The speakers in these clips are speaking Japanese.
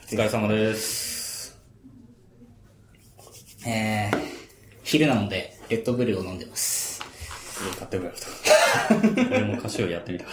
お疲れ様です。 昼なので、レッドブルを飲んでます。 買ってくれよと。俺も歌手をやってみたかった。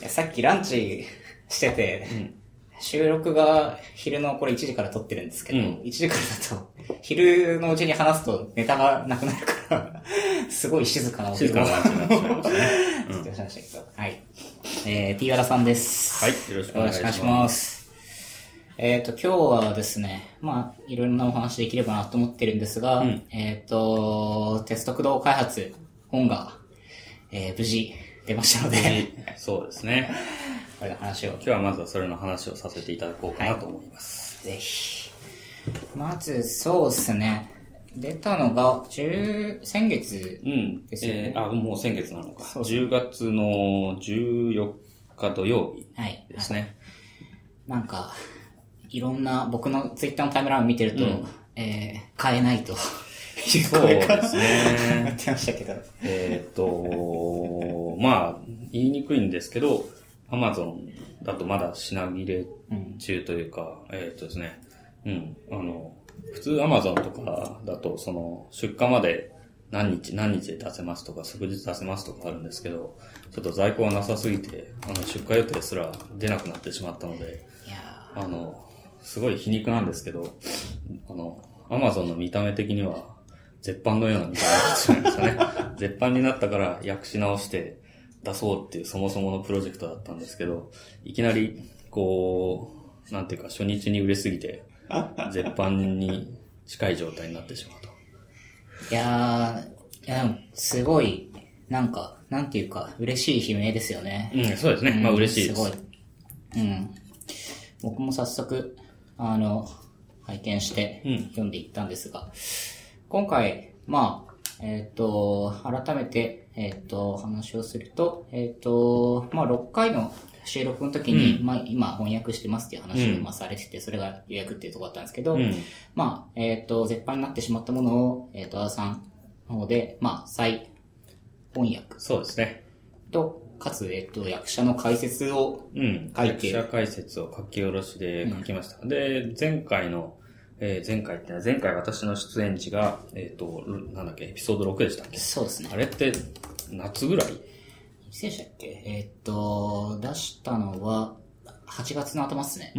さっきランチしてて、収録が昼のこれ1時から撮ってるんですけど、1時からだと、昼のうちに話すとネタがなくなるから、すごい静かな音が。 静かなランチになってしまいましたね。 失礼しましたけど。はい。T 和田さんです。 はい、よろしくお願いします。 今日はですね、まあ、いろんなお話できればなと思ってるんですが、テスト駆動開発本が、無事出ましたので。 そうですね。 これの話を。 今日はまずはそれの話をさせていただこうかなと思います。 はい、ぜひ。まず、そうですね。出たのが、先月ですよね。 もう先月なのか。10月の14日土曜日ですね。 はい、なんか、いろんな僕のツイッターのタイムラインを見てると、買えないと。 そうですね。 やってましたけど。まあ、言いにくいんですけど、Amazon だとまだ品切れ中というか、ですね。普通 Amazon とかだと、その、出荷まで何日で出せますとか、即日出せますとかあるんですけど、ちょっと在庫がなさすぎて、出荷予定すら出なくなってしまったので、すごい皮肉なんですけど、Amazon の見た目的には、絶版のような見た目になってしまいましたね。絶版になったから訳し直して出そうっていうそもそものプロジェクトだったんですけど、いきなり、こう、なんていうか初日に売れすぎて、絶版に近い状態になってしまうと。 いや、すごい、なんていうか、嬉しい悲鳴ですよね。 そうですね。まあ嬉しいです。 すごい。僕も早速、拝見して読んでいったんですが、今回、まあ、改めて、話をすると、まあ、6回の収録の時に、まあ、今翻訳してますっていう話を、まあ、されてて、それが予約っていうところだったんですけど、まあ、絶版になってしまったものを、和田さんの方で、まあ、再翻訳。 そうですね。 と、かつ、役者の解説を書いて、 役者解説を書き下ろしで書きました。で、前回私の出演時が、なんだっけ、エピソード6でしたっけ？ そうですね。 あれって、夏ぐらい？ いつでしたっけ？出したのは、8月の頭っすね。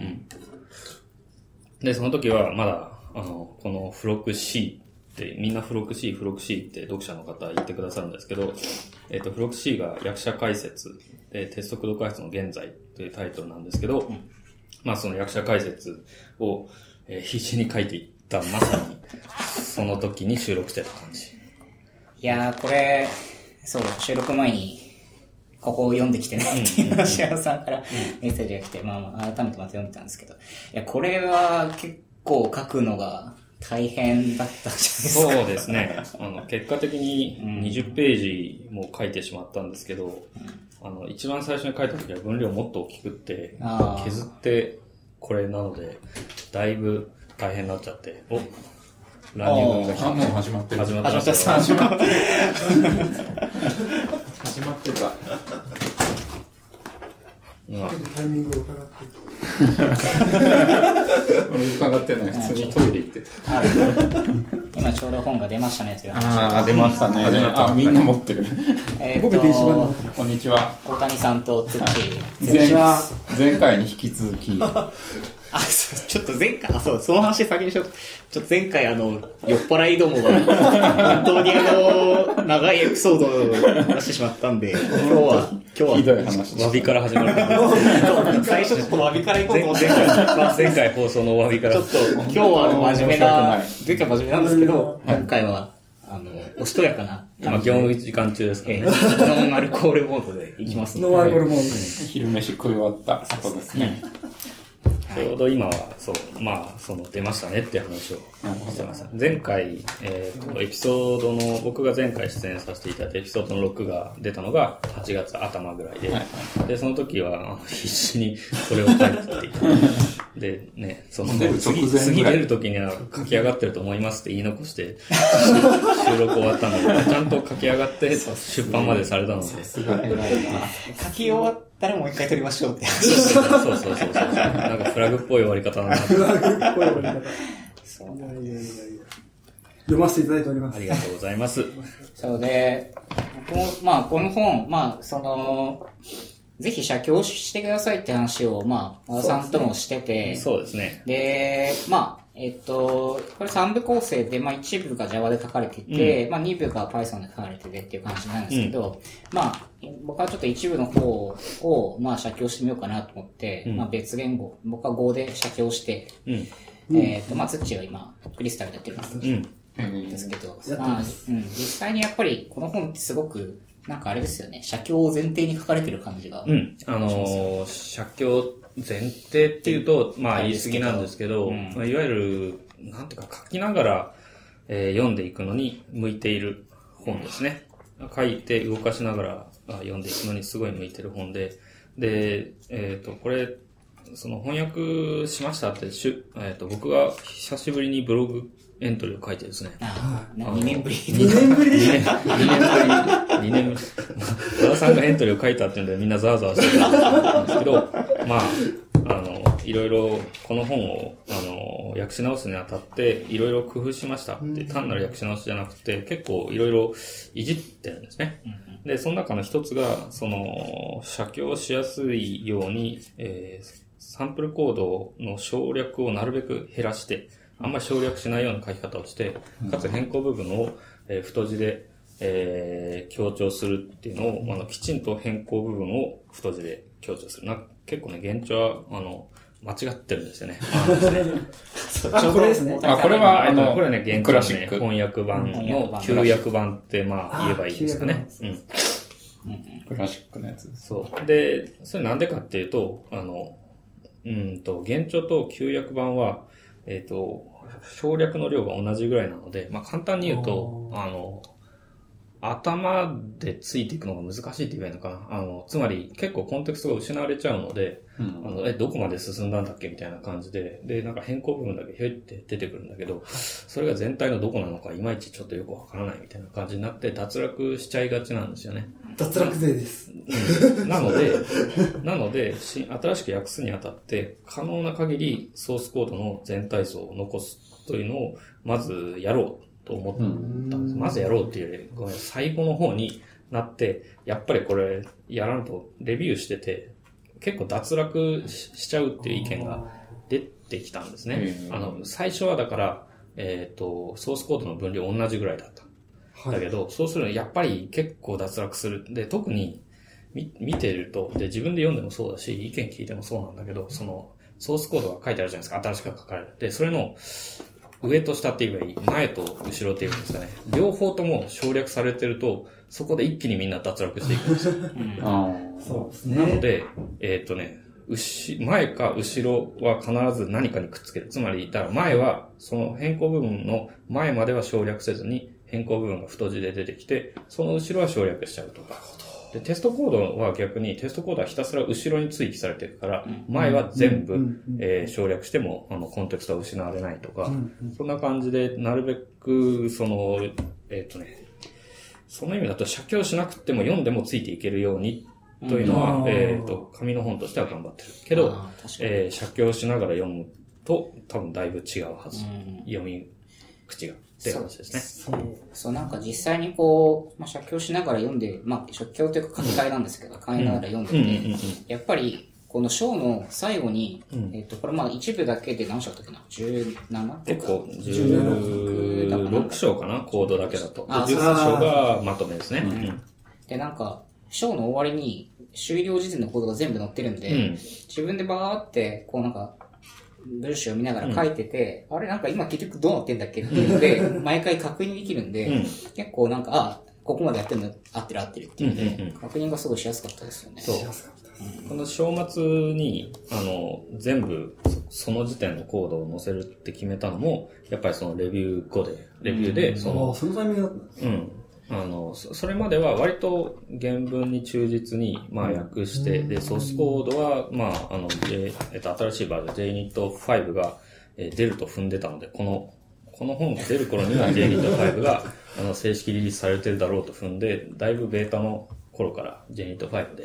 で、その時はまだ、この付録 C って、みんな付録 C って読者の方言ってくださるんですけど、付録 C が役者解説で、テスト駆動開発の現在というタイトルなんですけど、まあその役者解説を、必死に書いていったまさに、その時に収録してた感じ。 いやー、これ、そう、収録前に、ここを読んできてねっていう話しさんからメッセージが来て、まあ、改めてまた読んでたんですけど、いや、これは結構書くのが大変だったじゃないですか。 そうですね。結果的に20ページも書いてしまったんですけど、一番最初に書いた時は分量もっと大きくって、削ってこれなので、だいぶ大変になっちゃって、 ランニングがもう始まってる。 始まってた。 タイミングを伺ってない。普通にトイレ行ってた。 今ちょうど本が出ましたねという話。出ましたね。みんな持ってる。 僕電子版。 こんにちは。 大谷さんとツッチー。 前回に引き続き。 ちょっと前回、その話先にしよう。ちょっと前回酔っ払いどもが、本当に長いエピソードを出してしまったんで、今日は、 ひどい話。 詫びから始まるから。 最初ちょっと詫びから行こうと思って。 前回放送の詫びから。 ちょっと、今日は真面目な、前回真面目なんですけど、今回は、おしとやかな。 今、業務時間中ですからね。 ノンアルコールモードで行きますノンアルコールモード。昼飯食い終わった後ですね。 ちょうど今は、そう、まあ、出ましたねっていう話をしてました。前回、エピソードの、僕が前回出演させていただいたエピソードの6が出たのが8月頭ぐらいで、で、その時は必死にそれを書いてっていて、で、ね、次出る時には書き上がってると思いますって言い残して、収録終わったので、ちゃんと書き上がって出版までされたので。 書き終わったらもう一回撮りましょうって話。 そう。なんかフラグっぽい終わり方だな。 フラグっぽい終わり方。そういや。読ませていただいております。 ありがとうございます。 そうで、僕も、まあ、この本、まあ、ぜひ写経してくださいって話を、まあ、和田さんともしてて、 そうですね。 で、まあ、これ3部構成で、まあ1部が Java で書かれてて、まあ2部が Python で書かれててっていう感じなんですけど、まあ、僕はちょっと1部の方を、まあ写経してみようかなと思って、まあ別言語、僕は Go で写経して、まあツッチーは今、クリスタルでやってるんですけど、まあ、実際にやっぱりこの本ってすごく、なんかあれですよね、写経を前提に書かれてる感じが。 写経前提っていうと、まあ言い過ぎなんですけど、まあ、いわゆる、なんていうか書きながら、読んでいくのに向いている本ですね。書いて動かしながら読んでいくのにすごい向いてる本で、で、これ、その翻訳しましたって、僕が久しぶりにブログエントリーを書いてですね。 2年ぶり。 2年ぶりでした 2年ぶり。和田さんがエントリーを書いたっていうんでみんなざわざわしてたんですけど、まあ、いろいろこの本を、訳し直すにあたって、いろいろ工夫しましたって、単なる訳し直しじゃなくて、結構いろいろいじってるんですね。で、その中の一つが、写経しやすいように、サンプルコードの省略をなるべく減らして、あんまり省略しないような書き方をして、かつ変更部分を、太字で、強調するっていうのを、きちんと変更部分を太字で強調する。結構ね、現状は、間違ってるんですよね。 これですね。 これは、これね、現状ね、翻訳版の旧訳版って、まあ、言えばいいですかね。 クラシックのやつです。 そう。で、それなんでかっていうと、現状と旧訳版は、省略の量が同じぐらいなので、まあ、簡単に言うと、頭でついていくのが難しいって言えばいいのかな。つまり結構コンテクストが失われちゃうので、どこまで進んだんだっけみたいな感じで、で、なんか変更部分だけひょいって出てくるんだけど、それが全体のどこなのかいまいちちょっとよくわからないみたいな感じになって脱落しちゃいがちなんですよね。 脱落勢です。 なので、新しく訳すにあたって、可能な限りソースコードの全体像を残すというのを、まずやろうと思ったんです。まずやろうっていうより、ごめん、最後の方になって、やっぱりこれ、やらんとレビューしてて、結構脱落しちゃうっていう意見が出てきたんですね。最初はだから、ソースコードの分量同じぐらいだった。だけど、そうするとやっぱり結構脱落する。で、特に見てると、で、自分で読んでもそうだし、意見聞いてもそうなんだけど、ソースコードが書いてあるじゃないですか。新しく書かれる。で、それの上と下って言えばいい。前と後ろって言うんですかね。両方とも省略されてると、そこで一気にみんな脱落していくんですよ。 そうですね。 なので、前か後ろは必ず何かにくっつける。つまり、だから前は、その変更部分の前までは省略せずに、変更部分が太字で出てきて、その後ろは省略しちゃうとか。で、テストコードは逆に、テストコードはひたすら後ろに追記されていくから、前は全部、省略しても、コンテクストは失われないとか、そんな感じで、なるべく、その意味だと、写経しなくても読んでもついていけるように、というのは、紙の本としては頑張ってる。けど、写経しながら読むと、多分だいぶ違うはず。読み口が。って話ですね。 そう、なんか実際にこう、写経しながら読んで、写経というか書き換えなんですけど、書きながら読んでて、やっぱり、この章の最後に、これ一部だけで何章だったっけな ?17? 結構、16章かなコードだけだと。10章がまとめですね。 で、なんか、章の終わりに、終了時点のコードが全部載ってるんで、自分でバーって、こうなんか、文章を見ながら書いてて、あれなんか今結局どうなってんだっけっていうので、毎回確認できるんで、結構なんか、ここまでやってるの合ってるっていうので、確認がすごいしやすかったですよね。 そう。この章末に、全部、その時点のコードを載せるって決めたのも、やっぱりそのレビューで、 そのタイミングだったんですね。 それまでは割と原文に忠実に、訳して、で、ソースコードは、新しいバージョン JNIT5 が出ると踏んでたので、この本が出る頃には JNIT5 が正式リリースされてるだろうと踏んで、だいぶベータの頃から JNIT5 で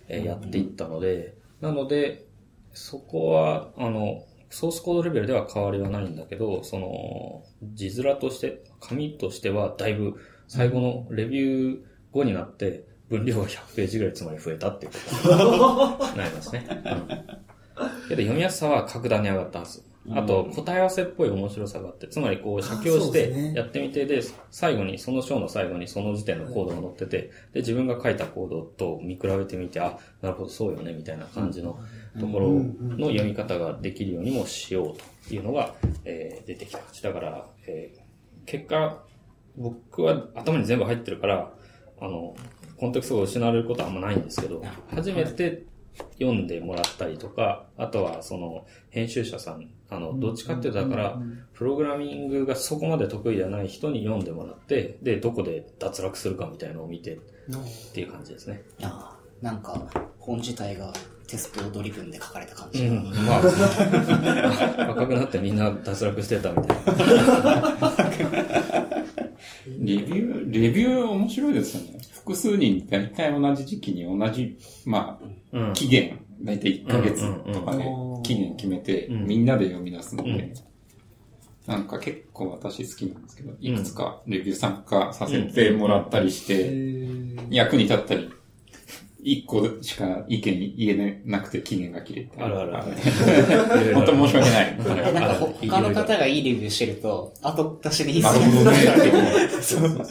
やっていったので、なので、そこは、ソースコードレベルでは変わりはないんだけど、その、字面として、紙としてはだいぶ最後のレビュー後になって、分量が100ページぐらいつまり増えたっていうことになりますね。けど読みやすさは格段に上がったはず。あと、答え合わせっぽい面白さがあって、つまりこう、写経してやってみて、で、最後に、その章の最後にその時点のコードが載ってて、で、自分が書いたコードと見比べてみて、あ、なるほど、そうよね、みたいな感じのところの読み方ができるようにもしようというのが、出てきた。だから、結果、僕は頭に全部入ってるから、コンテクストが失われることはあんまないんですけど、初めて読んでもらったりとか、あとはその編集者さん、どっちかっていうとだから、プログラミングがそこまで得意じゃない人に読んでもらって、で、どこで脱落するかみたいなのを見てっていう感じですね。 ああ、なんか、本自体がテストドリブンで書かれた感じ。 まあ、赤くなってみんな脱落してたみたいな。 レビュー面白いですよね。複数人大体同じ時期に同じ、まあ、期限、大体1ヶ月とかで期限決めて、みんなで読み出すので、なんか結構私好きなんですけど、いくつかレビュー参加させてもらったりして、役に立ったり、1個しか意見言えなくて期限が切れて。 あるある。 本当申し訳ない。 なんか他の方がいいレビューしてると、後出しでいいっすね。なるほどね。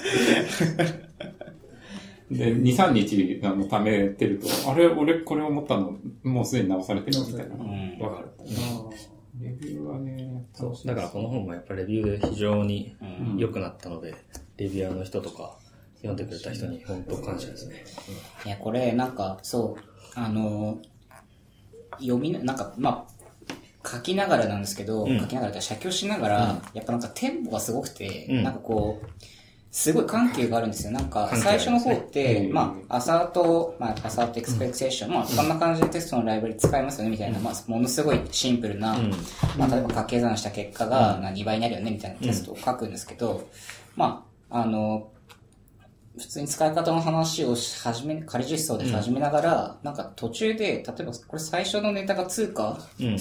で、2、3日貯めてると、あれ、俺これ思ったの、もうすでに直されてるみたいな。わかる。レビューはね、 そう。だからこの本もやっぱりレビューで非常に良くなったので、レビュアーの人とか読んでくれた人に本当感謝ですね。 いや、これなんか、そう、なんか、まあ、書きながらなんですけど、書きながら写経しながら、やっぱなんかテンポがすごくて、なんかこう、すごい緩急があるんですよ。なんか、最初の方って、まあ、アサートエクスペクテーション、まあ、こんな感じでテストのライブラリ使いますよね、みたいな、まあ、ものすごいシンプルな、まあ、例えば掛け算した結果が2倍になるよね、みたいなテストを書くんですけど、まあ、普通に使い方の話を仮実装で始めながら、なんか途中で、例えばこれ最初のネタが通貨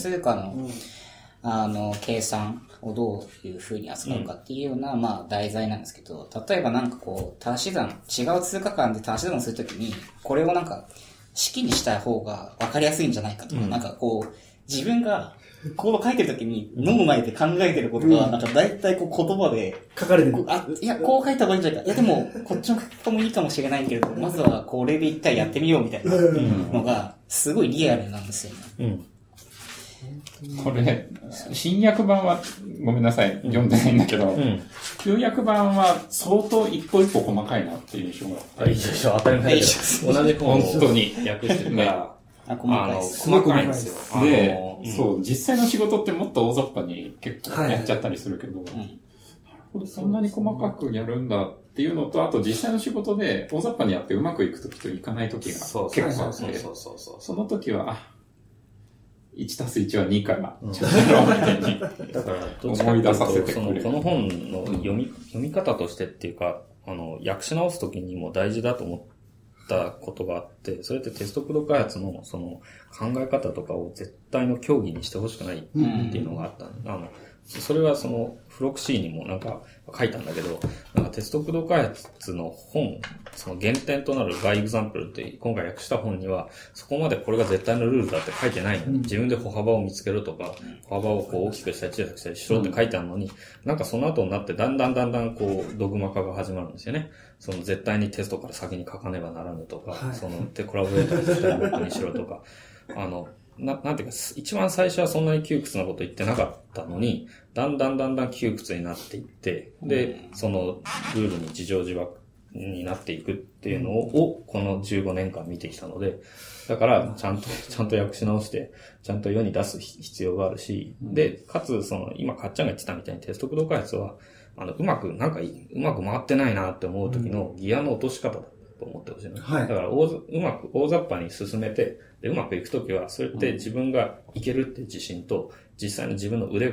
の、計算をどういう風に扱うかっていうような、まあ題材なんですけど、例えばなんかこう、足し算、違う通貨間で足し算をするときに、これをなんか、式にした方が分かりやすいんじゃないかとか、なんかこう、自分が、コード書いてるときに、脳内で考えてることが、なんか大体こう言葉で、 書かれてる。 いや、こう書いた方がいいんじゃないか。いや、でも、こっちの書き方もいいかもしれないけれど、まずはこれで一回やってみようみたいなのが、すごいリアルなんですよね。 これ、新訳版は、ごめんなさい、読んでないんだけど、旧訳版は相当一歩一歩細かいなっていう印象があって。 いいでしょ、当たり前でしょ。同じ本を訳してるから、細かいんですよ。 で、そう、実際の仕事ってもっと大雑把に結構やっちゃったりするけど、そんなに細かくやるんだっていうのと、あと実際の仕事で大雑把にやってうまくいくときといかないときが結構あって、その時は、1+1 は2から、ちょっとやろうみたいに。 だから、思い出させてくれる。この本の読み方としてっていうか、訳し直すときにも大事だと思ったことがあって、それってテストコード開発のその考え方とかを絶対の競技にしてほしくないっていうのがあった。それはそのフロクシーにもなんか書いたんだけど、なんかテスト駆動開発の本、その原点となるバイエグザンプルって今回訳した本には、そこまでこれが絶対のルールだって書いてないのに、自分で歩幅を見つけるとか、歩幅をこう大きくしたり小さくしたりしろって書いてあるのに、なんかその後になってだんだんこうドグマ化が始まるんですよね。その絶対にテストから先に書かねばならぬとか、そのコラボレーターに絶対に僕にしろとか、なんていうか、一番最初はそんなに窮屈なこと言ってなかったのに、だんだん窮屈になっていって、で、そのルールに自縄自縛になっていくっていうのを、この15年間見てきたので、だから、ちゃんと訳し直して、ちゃんと世に出す必要があるし、で、かつ、今、かっちゃんが言ってたみたいにテスト駆動開発は、うまく回ってないなって思う時のギアの落とし方だと思ってほしいね。だから、大雑把に進めて、で、うまくいくときは、それって自分がいけるって自信と、実際の自分の腕が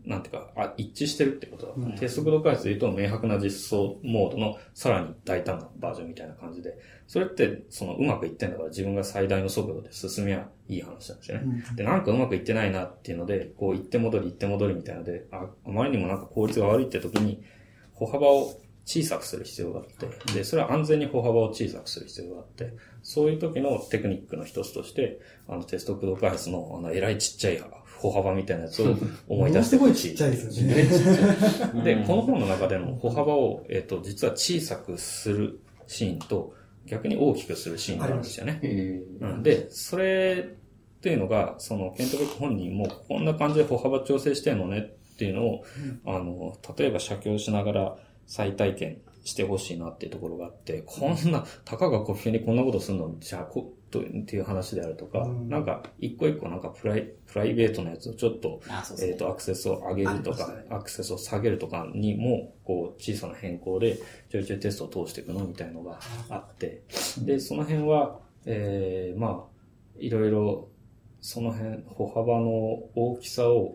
なんていうか、一致してるってことだ。テスト駆動開発で言うと明白な実装モードのさらに大胆なバージョンみたいな感じで、それってうまくいってんだから自分が最大の速度で進みはいい話なんですよね。で、なんかうまくいってないなっていうので、こう行って戻りみたいなので、あまりにもなんか効率が悪いって時に、歩幅を小さくする必要があって、で、それは安全に歩幅を小さくする必要があって、そういう時のテクニックの一つとして、テスト駆動開発のえらいちっちゃい歩幅みたいなやつを思い出してほしい。 すごいちっちゃいですよね。 で、この本の中での歩幅を、実は小さくするシーンと、逆に大きくするシーンがあるんですよね。で、それっていうのが、ケント・ベック本人もこんな感じで歩幅調整してんのねっていうのを、例えば写経しながら再体験してほしいなっていうところがあって、こんな、たかがコピーにこんなことするのじゃあ、っていう話であるとか、なんか、一個一個なんかプライベートなやつをちょっと、アクセスを上げるとか、アクセスを下げるとかにも、こう、小さな変更で、ちょいちょいテストを通していくのみたいなのがあって、で、その辺は、まあ、いろいろ、その辺、歩幅の大きさを、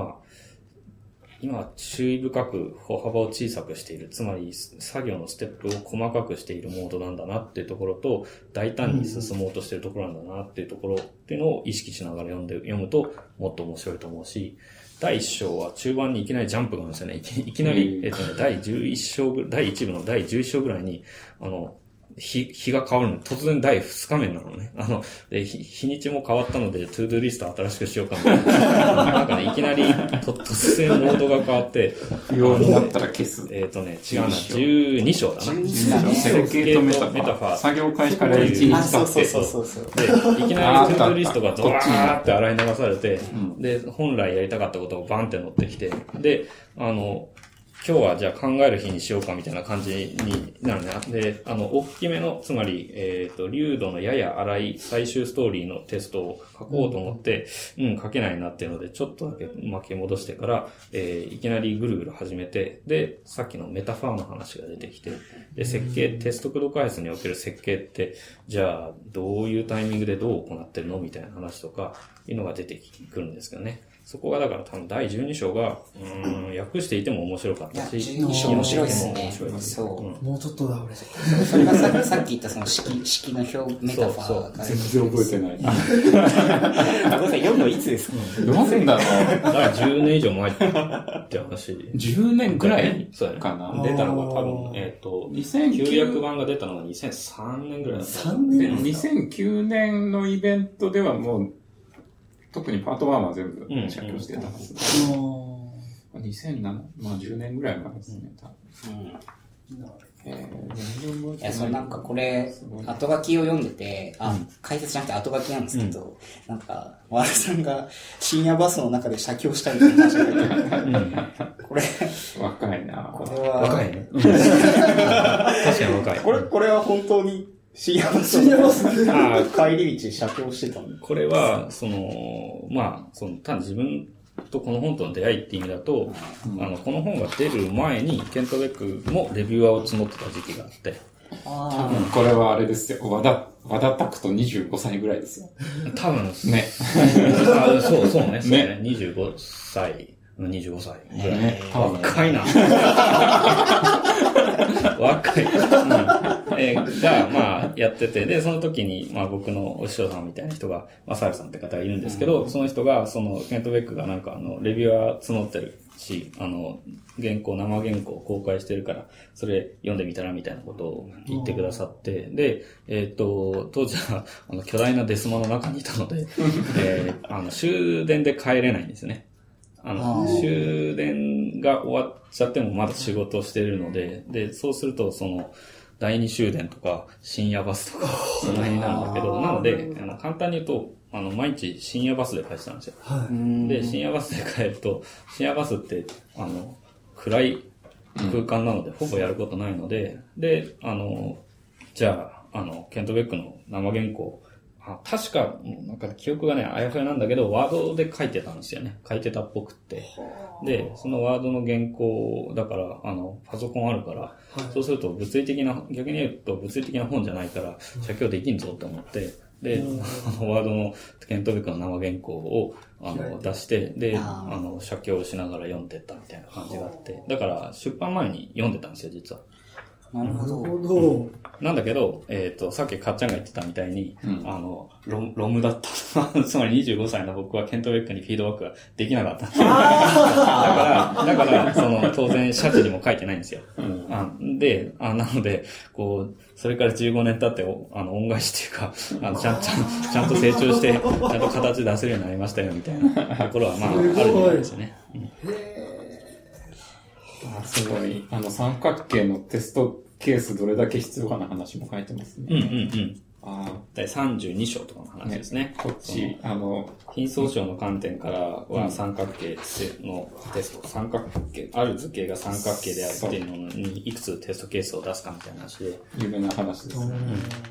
今、注意深く歩幅を小さくしている。つまり、作業のステップを細かくしているモードなんだなっていうところと、大胆に進もうとしているところなんだなっていうところっていうのを意識しながら読むと、もっと面白いと思うし、第1章は中盤にいきなりジャンプがあるんですよね。いきなり、第1部の第11章ぐらいに、日が変わるの。突然第2日目なのね。で、日にちも変わったので、トゥードゥリスト新しくしようかみたいな。なんかね、いきなり、突然モードが変わって、 不要になったら消す。 違うな、12章だな。 設計とメタファー。作業開始から1日経って。 で、いきなりトゥードゥリストがドワーって洗い流されて、で、本来やりたかったことをバンって乗ってきて、で、今日はじゃあ考える日にしようかみたいな感じになるね。で、大きめの、つまり、流度のやや荒い最終ストーリーのテストを書こうと思って、書けないなっていうので、ちょっとだけ巻き戻してから、いきなりぐるぐる始めて、で、さっきのメタファーの話が出てきて、で、テスト駆動開発における設計って、じゃあ、どういうタイミングでどう行ってるのみたいな話とか、いうのが出てくるんですけどね。そこがだから多分第12章が、訳していても面白かったし。 12章面白いですね。そう。 もうちょっとだ、俺。 それがさっき言ったその式の表、メタファーが。 全然覚えてない。 ごめんなさい、読むのいつですか？ 読むんだろう。 だから10年以上前って話。 10年くらいかな。 出たのが多分、旧約版が出たのが2003年ぐらいだった。 3年 2009年のイベントではもう、特にパート1は全部写経してたはずだ。2007、まあ10年ぐらい前ですね、多分。 いや、なんかこれ、後書きを読んでて、解説じゃなくて後書きなんですけど、なんか、和田さんが深夜バスの中で写経したみたいな話が出てこれ、 若いなこれは、 若いね。確かに若い。 これは本当に、深夜バス帰り道写経してたの。 これは、単自分とこの本との出会いって意味だと、この本が出る前に、ケント・ベックもレビュアーを募ってた時期があって。 これはあれですよ。和田拓人25歳ぐらいですよ。 多分ね。 そうね。25歳ぐらい。若いな。若い。が、まあ、やってて、で、その時に、まあ僕のお師匠さんみたいな人が、まあ、サルさんって方がいるんですけど、その人が、ケント・ベックがなんかレビューアー募ってるし、生原稿を公開してるから、それ読んでみたらみたいなことを言ってくださって、で、当時は、巨大なデスマの中にいたので、終電で帰れないんですね。終電が終わっちゃってもまだ仕事をしているので、で、そうすると、第二終電とか、深夜バスとか、その辺になるんだけど、なので、簡単に言うと、毎日深夜バスで帰ってたんですよ。で、深夜バスで帰ると、深夜バスって、暗い空間なので、ほぼやることないので、で、じゃあ、ケント・ベックの生原稿、確か、なんか記憶がね、あやふやなんだけど、ワードで書いてたんですよね。書いてたっぽくって。で、そのワードの原稿、だから、パソコンあるから、そうすると逆に言うと物理的な本じゃないから、写経できんぞって思って、 で、ワードのケントベックの生原稿を、出して、で、写経しながら読んでったみたいな感じがあって、だから出版前に読んでたんですよ、実は。 なるほど。 なんだけど、さっきかっちゃんが言ってたみたいに、ロムだった。つまり25歳の僕はケントベックにフィードバックができなかった。だから、当然、シャチにも書いてないんですよ。で、なので、それから15年経って、恩返しっていうか、ちゃんと成長して、ちゃんと形出せるようになりましたよ、みたいなところは、まあ、あるみたいですよね。 すごい。三角形のテストケースどれだけ必要かな話も書いてますね。 第32章とかの話ですね。 こっち、 品相称の観点からは三角形のテスト、三角形、ある図形が三角形であるっていうのにいくつテストケースを出すかみたいな話で。 有名な話ですね。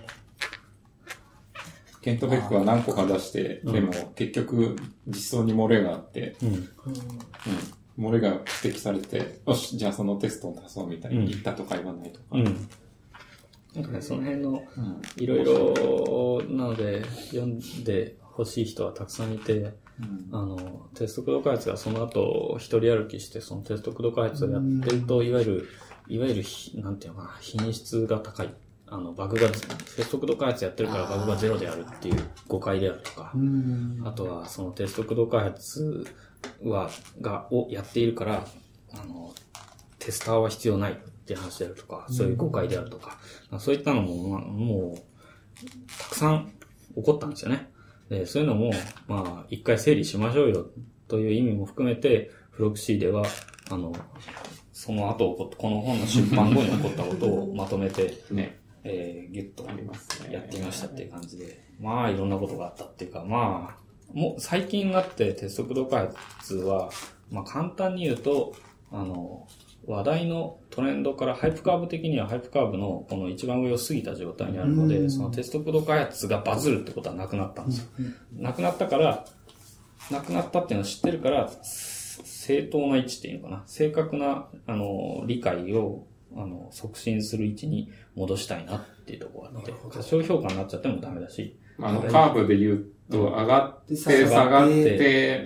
ケントベックは何個か出して、でも結局実装に漏れがあって、漏れが指摘されて、よし、じゃあそのテストを出そうみたいに言ったとか言わないとか。 なんかね、その辺の、いろいろなので、読んでほしい人はたくさんいて、テスト駆動開発がその後、一人歩きして、そのテスト駆動開発をやってると、いわゆる、なんていうのかな、品質が高い。バグが、テスト駆動開発やってるからバグがゼロであるっていう誤解であるとか、あとは、そのテスト駆動開発をやっているから、テスターは必要ないって話であるとか、そういう誤解であるとか、そういったのも、もう、たくさん起こったんですよね。で、そういうのも、まあ、一回整理しましょうよという意味も含めて、フロクシーでは、その後この本の出版後に起こったことをまとめて、ね、ギュッとやってみましたっていう感じで、まあ、いろんなことがあったっていうか、まあ、もう最近になってテスト駆動開発は、まあ簡単に言うと、話題のトレンドからハイプカーブ的にはハイプカーブのこの一番上を過ぎた状態にあるので、そのテスト駆動開発がバズるってことはなくなったんですよ。なくなったっていうのを知ってるから、正当な位置っていうのかな。正確な、理解を、促進する位置に戻したいなっていうところがあって、過小評価になっちゃってもダメだし。 カーブで言うと、上がって、下がって、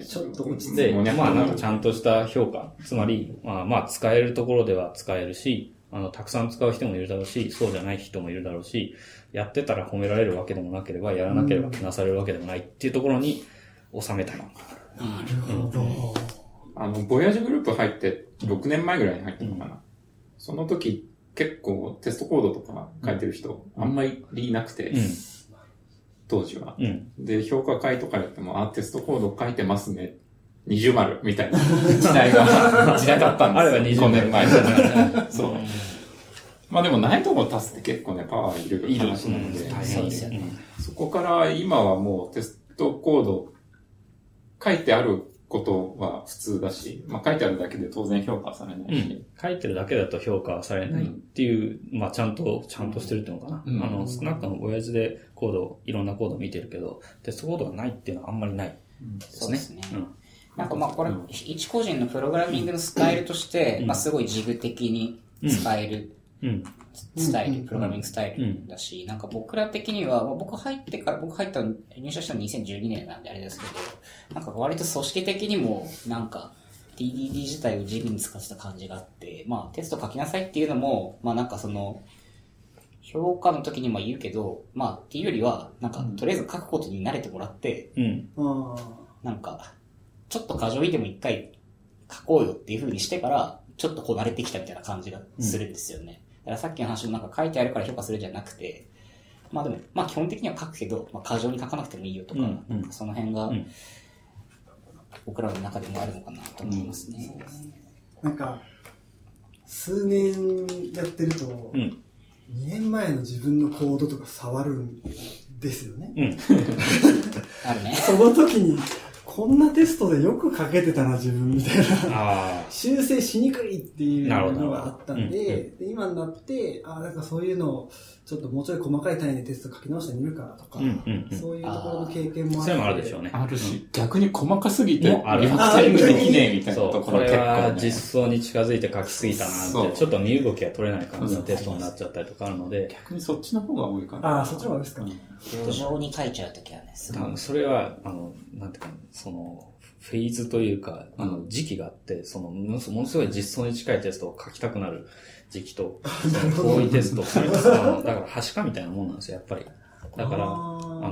ちょっと落ちて、まあなんかちゃんとした評価。つまり、まあ使えるところでは使えるし、たくさん使う人もいるだろうし、そうじゃない人もいるだろうし、やってたら褒められるわけでもなければ、やらなければけなされるわけでもないっていうところに収めたい。 なるほど。 ボヤージグループ入って、6年前ぐらいに入ったのかな。その時、結構テストコードとか書いてる人、あんまりいなくて、当時は。で、評価会とかやっても、テストコード書いてますね。20みたいな時代だったんですよ。 あれは20 5年前。そう。まあでもないとこ足すって結構ね、パワーいる話なので。 そうですよね。 そこから今はもうテストコード書いてあることは普通だし、まあ書いてあるだけで当然評価されないし。 書いてるだけだと評価はされないっていう、まあちゃんとしてるっていうのかな。少なくとも親父でいろんなコードを見てるけど、テストコードがないっていうのはあんまりないですね。 そうですね。なんかまあこれ、一個人のプログラミングのスタイルとして、まあすごいジグ的に使えるスタイル、プログラミングスタイルだし、なんか僕ら的には、僕入社したの2012年なんであれですけど、なんか割と組織的にも、なんか TDD 自体をジグに使ってた感じがあって、まあテスト書きなさいっていうのも、まあなんか評価の時にも言うけど、まあっていうよりは、なんかとりあえず書くことに慣れてもらって、なんか、ちょっと過剰にでも一回書こうよっていう風にしてから、ちょっとこう慣れてきたみたいな感じがするんですよね。だからさっきの話もなんか書いてあるから評価するんじゃなくて、まあでも、まあ基本的には書くけど、まあ過剰に書かなくてもいいよとか、なんかその辺が、僕らの中でもあるのかなと思いますね。 なんか、数年やってると、2年前の自分のコードとか触るんですよね。 あるね。 その時に、こんなテストでよく書けてたな、自分みたいな。修正しにくいっていうのがあったんで、今になって、なんかそういうのを、ちょっともうちょい細かい単位でテスト書き直してみるかとか、そういうところの経験もあって。 それもあるでしょうね。 あるし、逆に細かすぎて、リファクタリングできねえみたいなところ結構、これは実装に近づいて書きすぎたなって、ちょっと身動きが取れない感じのテストになっちゃったりとかあるので。 逆にそっちの方が多いかな。 そっちの方が多いですか。 余剰に書いちゃうときはね、すごい。 それは、なんていうか、フェーズというか、時期があって、ものすごい実装に近いテストを書きたくなる時期と、遠いテスト、だから可視化みたいなもんなんですよ、やっぱり。だから、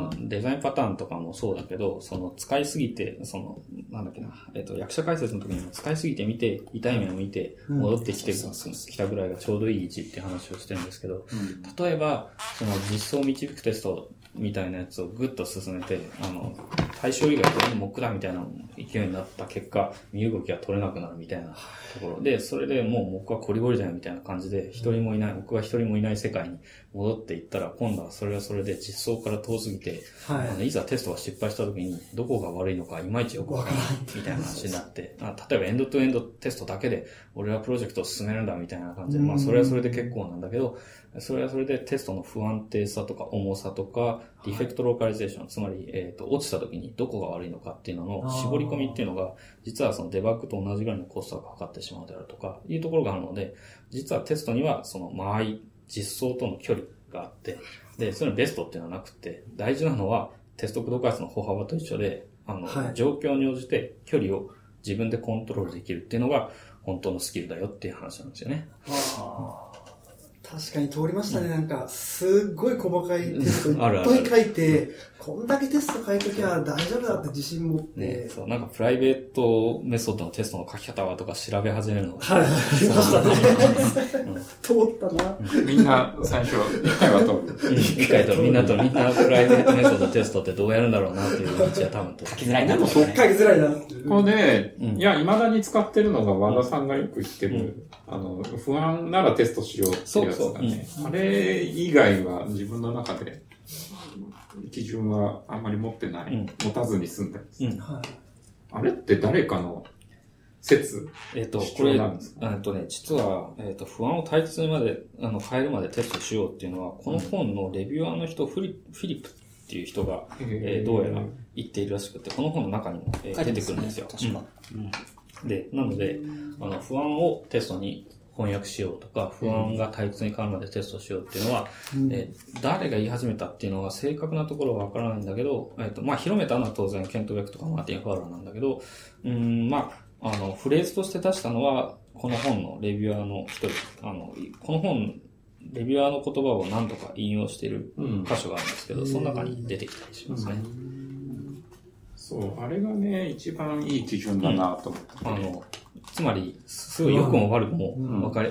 デザインパターンとかもそうだけど、使いすぎて、なんだっけな、役者解説の時にも使いすぎて見て、痛い目を見て、戻ってきてきたぐらいがちょうどいい位置って話をしてるんですけど、例えば、実装を導くテストみたいなやつをぐっと進めて、対象以外全部モックだみたいな勢いになった結果、身動きが取れなくなるみたいなところで、それでもう僕はコリゴリじゃんみたいな感じで、僕は一人もいない世界に戻っていったら、今度はそれはそれで実装から遠すぎて、いざテストが失敗した時に、どこが悪いのかいまいちよくわからないみたいな話になって、例えばエンドトゥエンドテストだけで、俺はプロジェクトを進めるんだみたいな感じで、それはそれで結構なんだけど、それはそれでテストの不安定さとか重さとか、ディフェクトローカリゼーション、つまり、落ちた時にどこが悪いのかっていうのの絞り込みっていうのが、実はデバッグと同じぐらいのコストがかかってしまうであるとか、いうところがあるので、実はテストには間合い、実装との距離があって、で、それのベストっていうのはなくて、大事なのはテスト駆動開発の歩幅と一緒で、状況に応じて距離を自分でコントロールできるっていうのが本当のスキルだよっていう話なんですよね。 確かに通りましたね。なんか、すっごい細かいテストいっぱい書いて、こんだけテスト書いときゃ大丈夫だって自信持って。 ね、そう、なんかプライベートメソッドのテストの書き方はとか調べ始めるのが。 はい、来ましたね。通ったな。 みんな最初、一回は通る。 一回とみんなプライベートメソッドテストってどうやるんだろうなっていう道は多分書きづらいな。 書きづらいな。 ここで、いや、未だに使ってるのが和田さんがよく言ってる、不安ならテストしようっていうやつがね。あれ以外は自分の中で基準はあんまり持ってない。持たずに済んでます。あれって誰かの説これ、実は、不安を大切にまで、変えるまでテストしようっていうのは、この本のレビュアーの人、フィリップっていう人が、どうやら言っているらしくて、この本の中にも、出てくるんですよ。確か。で、なので、不安をテストに翻訳しようとか、不安が大切に変わるまでテストしようっていうのは、誰が言い始めたっていうのは正確なところはわからないんだけど、広めたのは当然ケント・ベックとかマーティン・ファウラーなんだけど、フレーズとして出したのは、この本のレビュアーの一人、この本、レビュアーの言葉を何度か引用している箇所があるんですけど、その中に出てきたりしますね。 そう、あれがね、一番いい基準だなと思って。 つまり、すごい良くも悪くも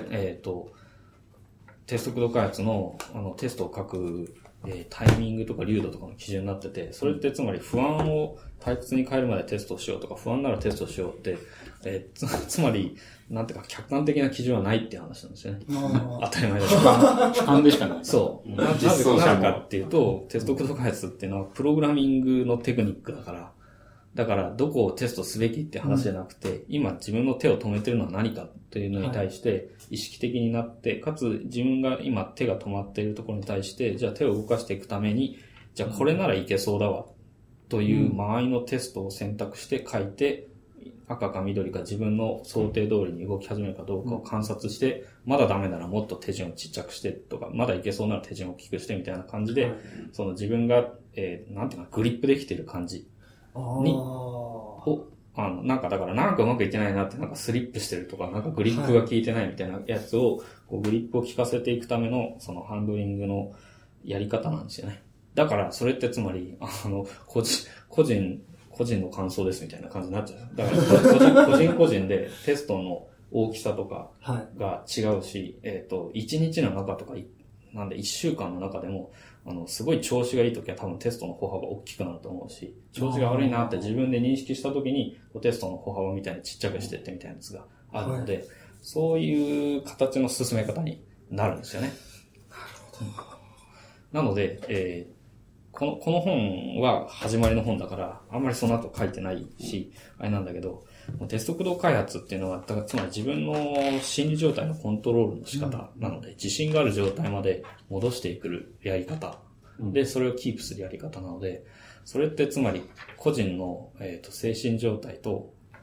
テスト駆動開発の、テストを書く、タイミングとか流度とかの基準になってて、それってつまり不安を大切に変えるまでテストをしようとか、不安ならテストしようって、つまり、なんていうか客観的な基準はないって話なんですよね。当たり前だけど。 主観でしかない。 そう。なぜかっていうと、テスト駆動開発っていうのはプログラミングのテクニックだから、どこをテストすべきって話じゃなくて、今自分の手を止めてるのは何かというのに対して意識的になって、かつ自分が今手が止まっているところに対して、じゃあ手を動かしていくために、じゃあこれならいけそうだわ、という間合いのテストを選択して書いて、赤か緑か自分の想定通りに動き始めるかどうかを観察して、まだダメならもっと手順をちっちゃくしてとか、まだいけそうなら手順を大きくしてみたいな感じで、その自分が、なんていうかグリップできている感じ。なんかうまくいってないなって、スリップしてるとか、グリップが効いてないみたいなやつを、グリップを効かせていくための、そのハンドリングのやり方なんですよね。だから、それってつまり、個人の感想ですみたいな感じになっちゃう。だから、個人でテストの大きさとかが違うし、1日の中とか、1週間の中でも、すごい調子がいいときは多分テストの歩幅大きくなると思うし、調子が悪いなって自分で認識したときに、テストの歩幅みたいにちっちゃくしてってみたいなやつがあるので、そういう形の進め方になるんですよね。なるほど。なので、この本は始まりの本だから、あんまりその後書いてないし、あれなんだけど、テスト駆動開発っていうのは、つまり自分の心理状態のコントロールの仕方なので、自信がある状態まで戻していくやり方で、それをキープするやり方なので、それってつまり個人の、精神状態と、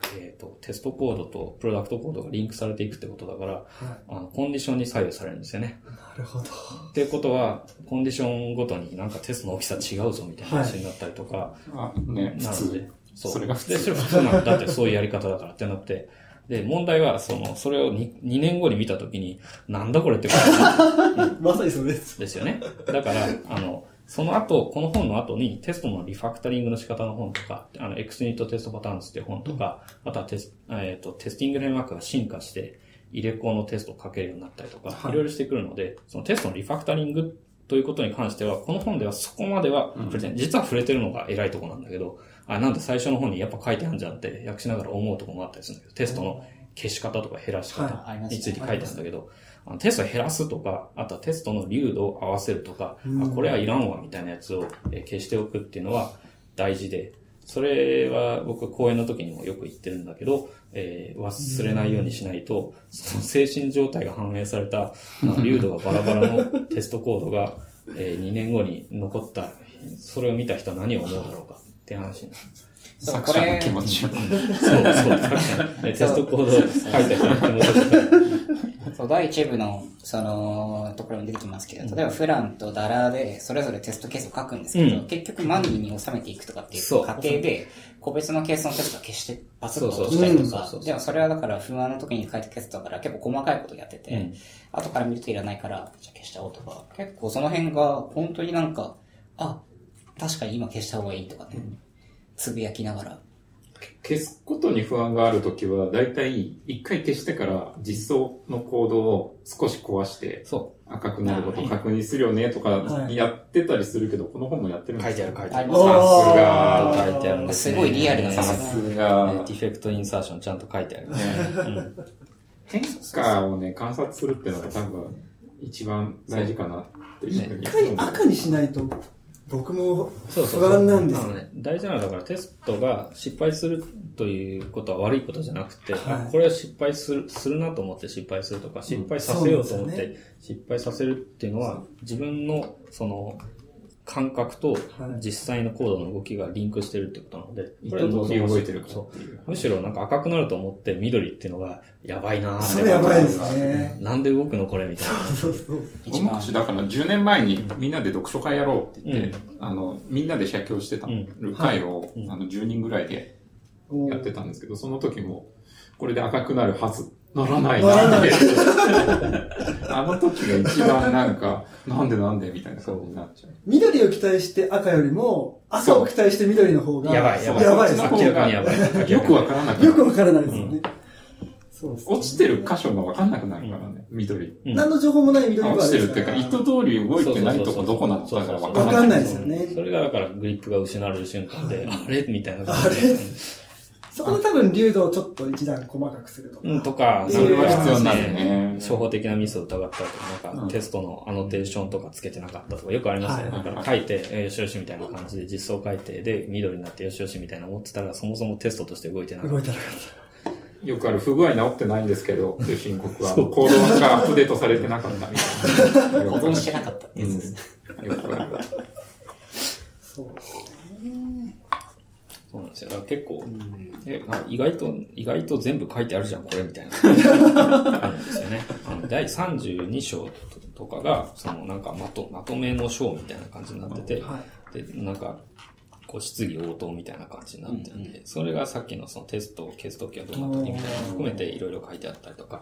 テストコードとプロダクトコードがリンクされていくってことだから、コンディションに左右されるんですよね。 なるほど。 っていうことは、コンディションごとになんかテストの大きさ違うぞみたいな話になったりとか、 ね、 なので、 そう。それが普通。 で、それ普通なんだってそういうやり方だからってなって、で、問題は、それを 2年後に見たときに、なんだこれってことまさにそれです。 ですよね。だから、その後、この本の後にテストのリファクタリングの仕方の本とか、XUnit テストパターンズっていう本とか、あとはテスティングフレームワークが進化して、入れ子のテストを書けるようになったりとか、いろいろしてくるので、そのテストのリファクタリングということに関しては、この本ではそこまでは触れてない。実は触れてるのが偉いところなんだけど、なんで最初の本にやっぱ書いてあるんじゃんって訳しながら思うところもあったりするんだけど、テストの消し方とか減らし方について書いてあるんだけど、テストを減らすとか、あとはテストの流度を合わせるとか、これはいらんわみたいなやつを消しておくっていうのは大事で、それは僕講演の時にもよく言ってるんだけど、忘れないようにしないと、その精神状態が反映された、流度がバラバラのテストコードが、2年後に残った、それを見た人は何を思うだろうかって話になる。 作者の気持ちを。そう、 テストコードを書いた人の気持ちを。 そう、第1部の、ところに出てきますけど、例えばフランとダラで、それぞれテストケースを書くんですけど、結局マンニーに収めていくとかっていう過程で、個別のケースのテストが決してバツッと落ちたりとか、でもそれはだから不安の時に書いたケースだから結構細かいことやってて、後から見るといらないから、じゃあ消しちゃおうとか、結構その辺が本当になんか、確かに今消した方がいいとかね、つぶやきながら。 消すことに不安があるときは、だいたい一回消してから実装のコードを少し壊して、赤くなることを確認するよねとかやってたりするけど、この本もやってるんですよ。書いてある。 さすが。 書いてあるんですね。すごいリアルなさすが。 ディフェクトインサーションちゃんと書いてある。 変化をね、観察するっていうのが多分一番大事かなっていうふうに。 一回赤にしないと、僕も不安なんですよ。 大事なのはだからテストが失敗するということは悪いことじゃなくて、これは失敗するなと思って失敗するとか、失敗させようと思って失敗させるっていうのは、自分のその感覚と実際のコードの動きがリンクしてるってことなので、 これはどう動いてるかむしろなんか赤くなると思って緑っていうのがやばいなぁ。 それやばいですね。 なんで動くのこれみたいな。 僕昔だから10年前にみんなで読書会やろうって言って、みんなで写経してた会を10人ぐらいでやってたんですけど、その時もこれで赤くなるはず。ならないなって。あの時が一番なんか、なんでみたいな感じになっちゃう。 緑を期待して赤よりも、赤を期待して緑の方が、 やばい。 です。 明らかにやばい。 よくわからなくなる。よくわからないですよね。 そうですね。落ちてる箇所がわかんなくなるからね、緑。 何の情報もない緑が落ちてるっていうか、意図通り動いてないとこどこなのかからわかんないですよね。 それがだからグリップが失われる瞬間で、あれみたいな感じで。 そこで多分流度をちょっと一段細かくするとか。 とか、 それは必要なんですね。 初歩的なミスを疑ったりとか、なんかテストのアノテーションとかつけてなかったとかよくありますよね。だから書いて、よしよしみたいな感じで実装書いて、で、緑になってよしよしみたいな思ってたら、そもそもテストとして動いてなかった。動いてなかった。よくある不具合治ってないんですけど、という申告は、コードがアップデートされてなかったみたいな。 保存してなかったってやつですね。 よくある。 そうですね。 そうなんですよ。だから結構、意外と全部書いてあるじゃん、これ、みたいな。あるんですよね。第32章とかが、なんかまとめの章みたいな感じになってて、で、なんか、質疑応答みたいな感じになってるんで、それがさっきのそのテストを消すときはどうなったみたいなの含めていろいろ書いてあったりとか。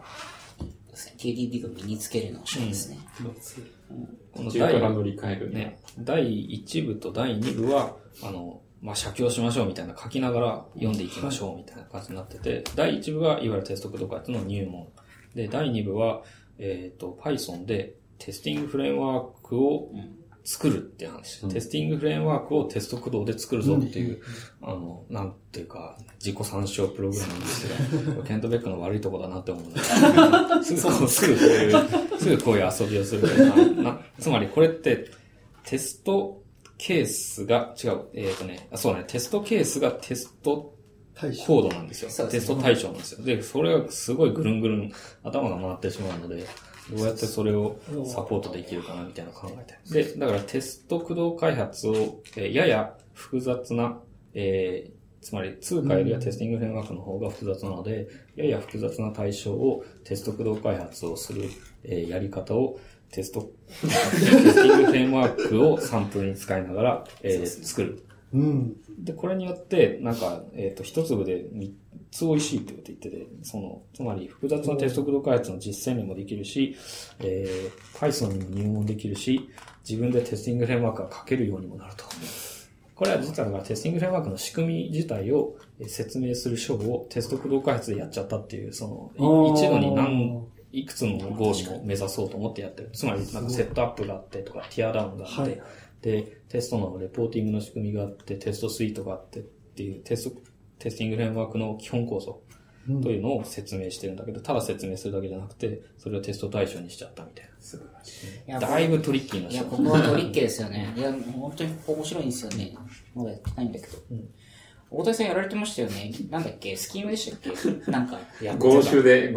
TDD を身につけるの章ですね。 このから乗り換えるね。第1部と第2部は、写経しましょうみたいな書きながら読んでいきましょうみたいな感じになってて、第1部がいわゆるテスト駆動開発の入門。で、第2部は、Python でテスティングフレームワークを作るっていう話。テスティングフレームワークをテスト駆動で作るぞっていう、なんていうか、自己参照プログラムですけど、ケントベックの悪いとこだなって思うんだけど、すぐこういう遊びをする。つまりこれって、テストケースが、違う。テストケースがテストコードなんですよ。テスト対象なんですよ。で、それがすごいぐるんぐるん頭が回ってしまうので、どうやってそれをサポートできるかなみたいなのを考えて。で、だからテスト駆動開発を、やや複雑な、 つまり通貨よりはテスティングフレームワークの方が複雑なので、やや複雑な対象をテスト駆動開発をする、やり方をテスティングフレームワークをサンプルに使いながら、作る。で、これによって、なんか、一粒で3つ美味しいってこと言ってて、つまり複雑なテスト駆動開発の実践にもできるし、Python にも入門できるし、自分でテスティングフレームワークが書けるようにもなると。これは実はだからテスティングフレームワークの仕組み自体を説明する章をテスト駆動開発でやっちゃったっていう、一度にいくつのゴールを目指そうと思ってやってる。つまり、なんかセットアップがあってとか、ティアダウンがあって、で、テストのレポーティングの仕組みがあって、テストスイートがあってっていう、テスティングフレームワークの基本構造というのを説明してるんだけど、ただ説明するだけじゃなくて、それをテスト対象にしちゃったみたいな。素晴らしい。だいぶトリッキーな。 いや、ここはトリッキーですよね。いや、本当に面白いんですよね。まだやってないんだけど。大谷さんやられてましたよね。なんだっけスキームでしたっけなんかやってた。 合種で、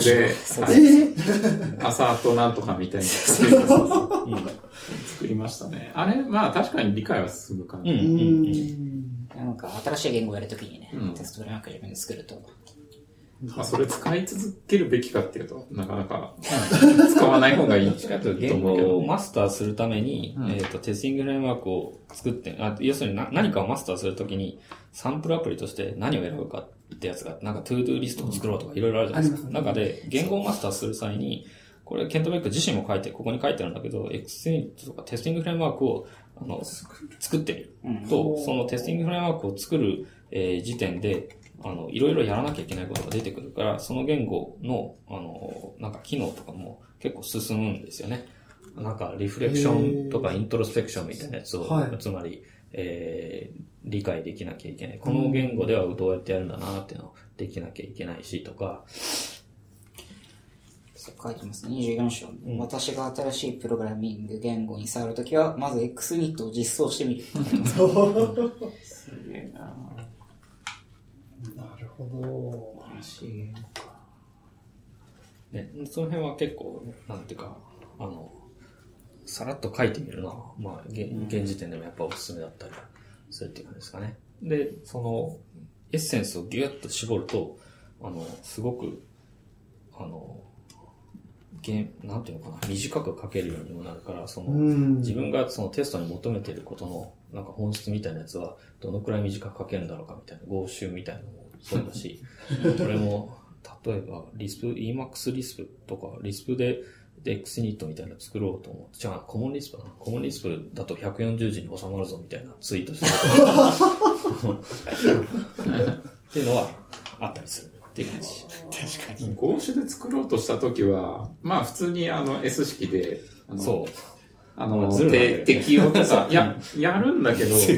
アサートなんとかみたいな。作りましたね。あれ、まあ確かに理解は進む感じ。 なんか新しい言語をやるときにね、テストフレームワーク自分で作ると。 それ使い続けるべきかっていうと、なかなか使わない方がいいと思うけど。 言語をマスターするために、テスティングフレームワークを作って、要するに何かをマスターするときに、サンプルアプリとして何を選ぶかってやつが、なんかトゥードゥーリストを作ろうとかいろいろあるじゃないですか。中で、言語をマスターする際に、これ、ケントベック自身もここに書いてあるんだけど、XUnit とかテスティングフレームワークを、作ってみると、そのテスティングフレームワークを作る、時点で、いろいろやらなきゃいけないことが出てくるから、その言語の、なんか機能とかも結構進むんですよね。なんか、リフレクションとかイントロスペクションみたいなやつを、つまり、理解できなきゃいけない。この言語ではどうやってやるんだなっていうのをできなきゃいけないしとか。 そう書いてますね。24章。私が新しいプログラミング言語に触るときは、まず XUnit を実装してみる。 すげえななるほど。 新しい言語か。 ね、その辺は結構、なんていうか、さらっと書いてみるのは、まあ、現時点でもやっぱおすすめだったりするっていう感じですかね。で、その、エッセンスをギュッと絞ると、すごく、なんていうのかな、短く書けるようにもなるから、自分がそのテストに求めていることの、なんか本質みたいなやつは、どのくらい短く書けるんだろうかみたいな、合集みたいなのもそうだし、これも、例えば、Emacs リスプとか、リスプで XUnit みたいなの作ろうと思って、じゃあ、コモンリスプだな。コモンリスプだと140字に収まるぞみたいなツイートしてるっていうのはあったりするっていう感じ。 確かに。合種で作ろうとしたときは、まあ普通にS 式で、 そう。 適用とか、やるんだけど、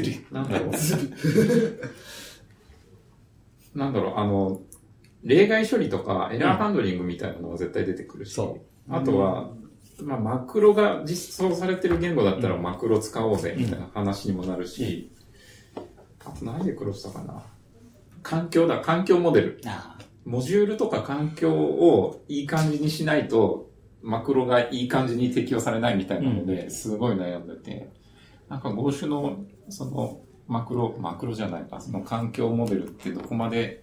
なんだろう、例外処理とかエラーハンドリングみたいなのは絶対出てくるし、あとは、まあマクロが実装されてる言語だったらマクロ使おうぜみたいな話にもなるし、あと何で苦労したかな。環境モデル。モジュールとか環境をいい感じにしないと、マクロがいい感じに適用されないみたいなので、すごい悩んでて、なんか合種の、マクロじゃないか、その環境モデルってどこまで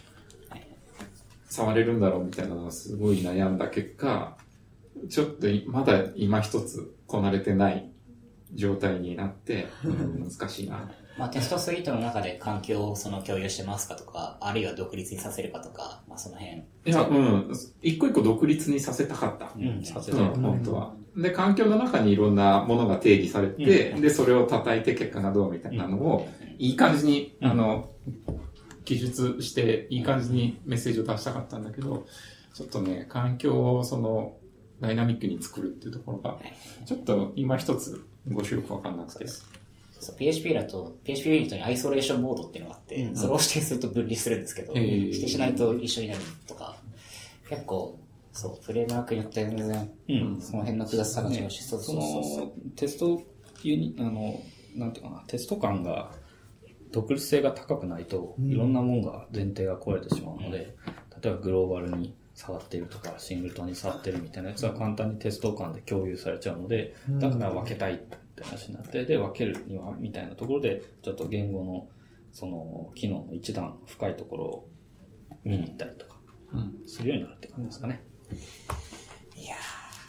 触れるんだろうみたいなのがすごい悩んだ結果、ちょっとまだ今一つこなれてない状態になって、難しいな。 まあテストスイートの中で環境を共有してますかとか、あるいは独立にさせるかとか、まあその辺。 いや、一個一個独立にさせたかった。させたかった。本当は。で、環境の中にいろんなものが定義されて、で、それを叩いて結果がどうみたいなのを、いい感じに、記述して、いい感じにメッセージを出したかったんだけど、ちょっとね、環境をダイナミックに作るっていうところが、ちょっと今一つご収録わかんなくて。 PHP だと、PHP ユニットにアイソレーションモードっていうのがあって、それを指定すると分離するんですけど、指定しないと一緒になるとか、結構、フレームワークによって全然、その辺の複雑さが違うし、 テストなんていうかな、テスト感が、独立性が高くないと、いろんなものが前提が壊れてしまうので、例えばグローバルに触っているとか、シングルトンに触っているみたいなやつは簡単にテスト間で共有されちゃうので、だから分けたいって話になって、で、分けるには、みたいなところで、ちょっと言語の、 その機能の一段深いところを見に行ったりとか、するようになるって感じですかね。 いや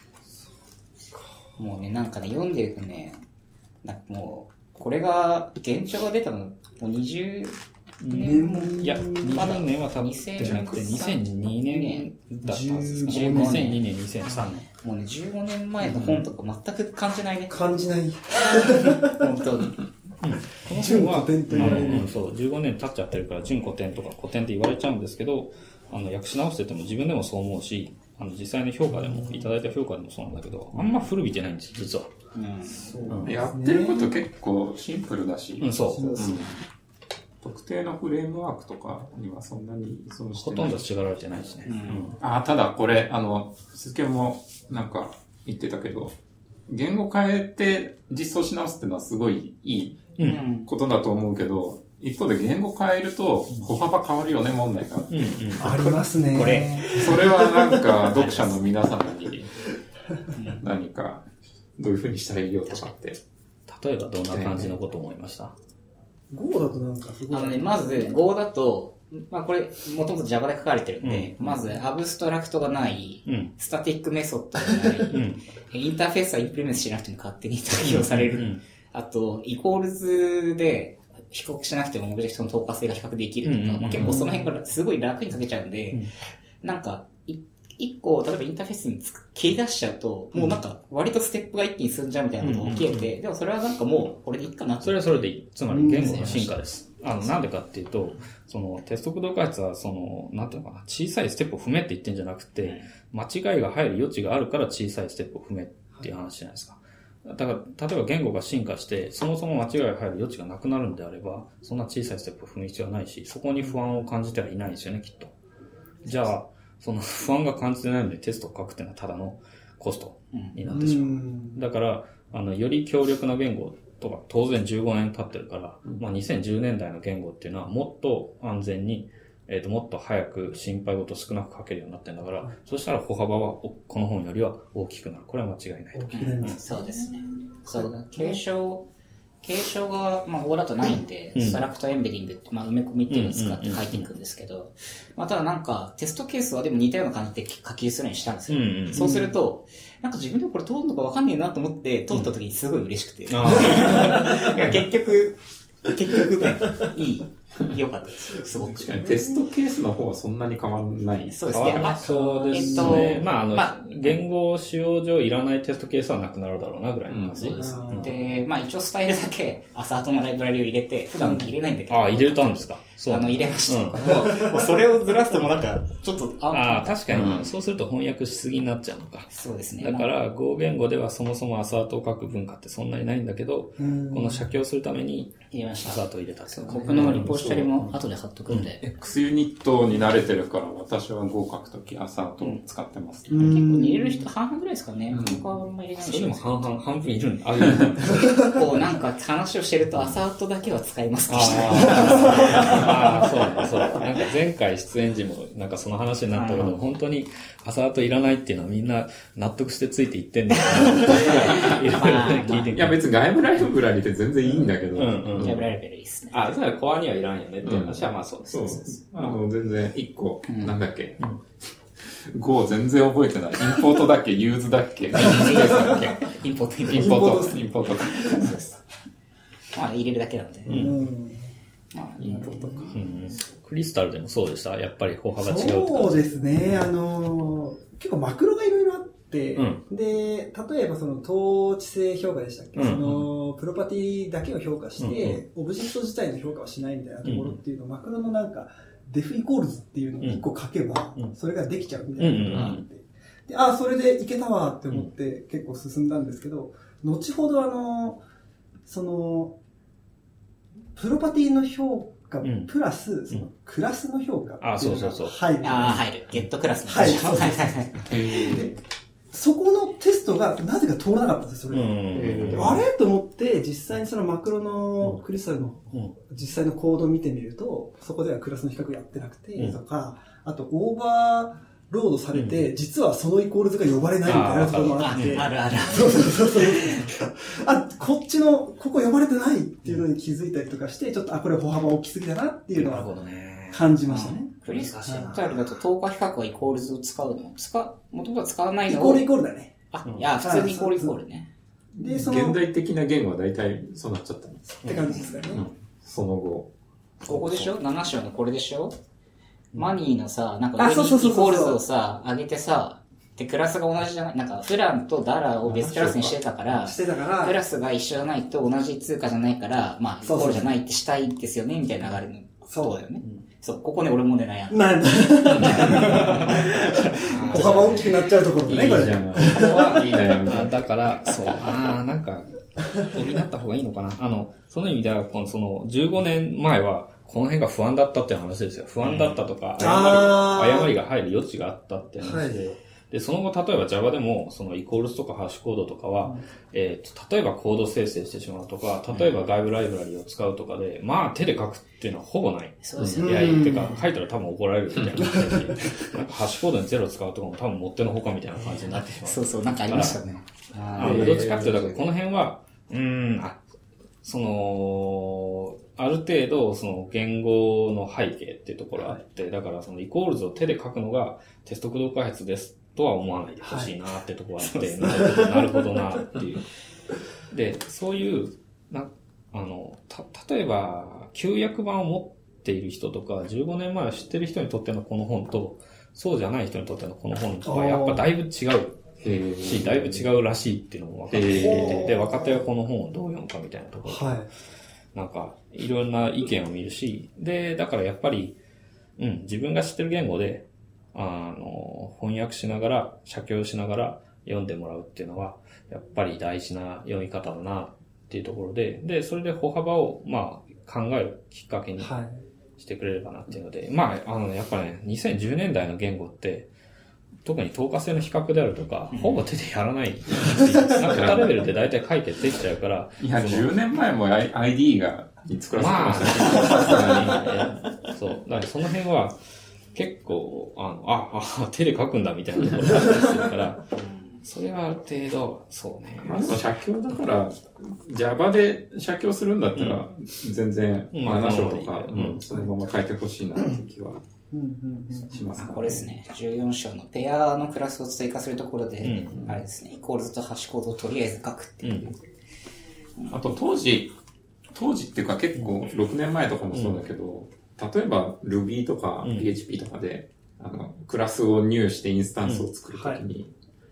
ー、もうね、なんかね、読んでるとね、なんかもう、これが、現状が出たの、もう20年も、 いや、20年は多分じゃなくて、2002年だったんですかね。2002年、2003年。 もうね、15年前の本とか全く感じないね。 感じない。 本当に。 純古典と言われる。 そう、15年経っちゃってるから、純古典とか古典って言われちゃうんですけど、訳し直してても自分でもそう思うし、実際の評価でも、いただいた評価でもそうなんだけど、あんま古びてないんですよ、実は。 やってること結構シンプルだし、 そう。 特定のフレームワークとかにはそんなに依存してない。 ほとんど縛られてないですね。 ただこれ、鈴木もなんか言ってたけど、言語変えて実装し直すっていうのはすごいいいことだと思うけど、一方で言語変えると歩幅変わるよね問題がありますね。 これ。 それはなんか読者の皆様に何かどういう風にしたらいいよとかって。 例えばどんな感じのことを思いました ?Go だとなんかすごい。 まず Go だと、まあこれ、もともと Java で書かれてるんで、まずアブストラクトがない、スタティックメソッドがない、インターフェースはインプリメントしなくても勝手に対応される。あと、イコールズで比較しなくてもオブジェクトの透過性が比較できるとか、まあ、結構その辺からすごい楽に書けちゃうんで、なんか、一個、例えばインターフェースに切り出しちゃうと、もうなんか割とステップが一気に進んじゃうみたいなことが起きるんで、でもそれはなんかもうこれでいいかな。 それはそれでいい。つまり言語の進化です。なんでかっていうと、そのテスト駆動開発はなんていうのかな、小さいステップを踏めって言ってんじゃなくて、間違いが入る余地があるから小さいステップを踏めっていう話じゃないですか。だから、例えば言語が進化して、そもそも間違いが入る余地がなくなるんであれば、そんな小さいステップを踏む必要はないし、そこに不安を感じてはいないんですよね、きっと。じゃあ、その不安が感じてないのでテストを書くっていうのはただのコストになってしまう。だから、より強力な言語とか、当然15年経ってるから、まあ2010年代の言語っていうのはもっと安全に、もっと早く心配事少なく書けるようになってるんだから、そしたら歩幅はこの本よりは大きくなる。これは間違いないと。 そうですね。そうだ。継承が、まあ、Goだとないんで、ストラクトエンベディングって、まあ、埋め込みっていうのを使って書いていくんですけど、まあ、ただなんか、テストケースはでも似たような感じで書きするようにしたんですよ。そうすると、なんか自分でこれ通るのかわかんねえなと思って、通った時にすごい嬉しくて。いや結局ね、良かったですよ、すごく。 確かにテストケースの方はそんなに変わらない。 そうですね。 そうですね。まあ、言語使用上いらないテストケースはなくなるだろうなぐらいの感じです。 で、まあ一応スタイルだけアサートのライブラリを入れて、普段入れないんだけど。 入れたんですか？ そう。入れました。もうそれをずらすともなんか、ちょっと、 確かに、そうすると翻訳しすぎになっちゃうのか。 そうですね。 だから、Go 言語ではそもそもアサートを書く文化ってそんなにないんだけど、この写経するために、 入れました。 アサートを入れた。 僕のリポジトリも後で貼っとくんで。 X ユニットに慣れてるから、私は Go 書くときアサートを使ってます。 結構入れる人半々ぐらいですかね。僕はあんまり入れないし。それでも半分いるんだ。 こうなんか話をしてるとアサートだけは使いますってそう。なんか前回出演時もなんかその話になったけど、本当にアサートいらないっていうのはみんな納得してついていってんのかな聞いていや別に外部ライブラリって全然いいんだけど。 外部ライブラリいいっすね。 それはコアにはいらんよねっていう話はまあそうです。 そう全然一個、なんだっけ。Go 全然覚えてない。インポートだっけユーズだっけインポート。 インポート。 まあ入れるだけなんで。 まあインポートか。 クリスタルでもそうでした。やっぱり歩幅違う。 そうですね。結構マクロがいろいろあって、で、例えばその統治性評価でしたっけ、そのプロパティだけを評価して、オブジェクト自体の評価はしないみたいなところっていうのを、マクロのなんか、デフイコールズっていうのを1個書けば、それができちゃうみたいなのがあって、で、それでいけたわって思って結構進んだんですけど、後ほどその、プロパティの評価、プラス、そのクラスの評価っていうのが入る。 入る。ゲットクラスの評価。 でそこのテストがなぜか通らなかったんですよ、それ。あれと思って、実際にそのマクロのクリスタルの実際のコードを見てみると、そこではクラスの比較やってなくて、とか、あとオーバーロードされて、実はそのイコール図が呼ばれないみたいなところもあって。 ある。 そう。こっちの、ここ呼ばれてないっていうのに気づいたりとかして、ちょっと、これ歩幅大きすぎだなっていうのは感じましたね。 クリスタルだと等価比較はイコール図を使うのもともとは使わないのイコールイコールだね。 いや、普通にイコールね。 で、現代的な言語は大体そうなっちゃったんです。 って感じですかね。 その後。 ここでしょ ?7 章のこれでしょマニーのさ、なんか上にイコール図をさ、上げてさ、で、クラスが同じじゃない、なんか、フランとダラを別クラスにしてたから、クラスが一緒じゃないと同じ通貨じゃないから、まあ、イコールじゃないってしたいですよね、みたいな流れのことだよね。そう、ここね、俺もね、悩んだ。 歩幅大きくなっちゃうところね、これ。 いい悩みだから、そう、なんか、補った方がいいのかな。その意味では、その、15年前は、この辺が不安だったっていう話ですよ。不安だったとか、誤りが入る余地があったっていう話で。で、その後、例えば Java でも、そのイコールスとかハッシュコードとかは、例えばコード生成してしまうとか、例えば外部ライブラリを使うとかで、まあ手で書くっていうのはほぼない。 そうですね。 いや、てか、書いたら多分怒られるみたいな感じだし、なんかハッシュコードにゼロ使うとかも多分もってのほかみたいな感じになってしまう。 そう、なんかありましたね。 どっちかっていうと、この辺は、ある程度、その言語の背景っていうところがあって、だからそのイコール図を手で書くのがテスト駆動開発ですとは思わないでほしいなってところがあって、なるほどなっていう。で、そういう、例えば、旧訳版を持っている人とか、15年前を知ってる人にとってのこの本と、そうじゃない人にとってのこの本はやっぱだいぶ違うし、だいぶ違うらしいっていうのも分かっていて、で、若手はこの本をどう読むかみたいなところ。なんか、いろんな意見を見るし、で、だからやっぱり、自分が知ってる言語で、翻訳しながら、写経しながら読んでもらうっていうのは、やっぱり大事な読み方だなっていうところで、で、それで歩幅を、考えるきっかけにしてくれればなっていうので、やっぱね、2010年代の言語って、特に等価性の比較であるとか、ほぼ手でやらない。なんかレベルで大体書いてできちゃうから。 いや、10年前も ID が作らせてましたね。そう。だからその辺は、結構、手で書くんだみたいなところがあったりするから、それはある程度、そうね。 写経だから、Java で写経するんだったら、全然、7章とか、そのまま書いてほしいなって気は。しますこれですね。14章のペアのクラスを追加するところで、あれですね、イコールズとハッシュコードをとりあえず書くっていう。 あと当時っていうか結構6年前とかもそうだけど、例えば Ruby とか PHP とかで、クラスを入してインスタンスを作るときに、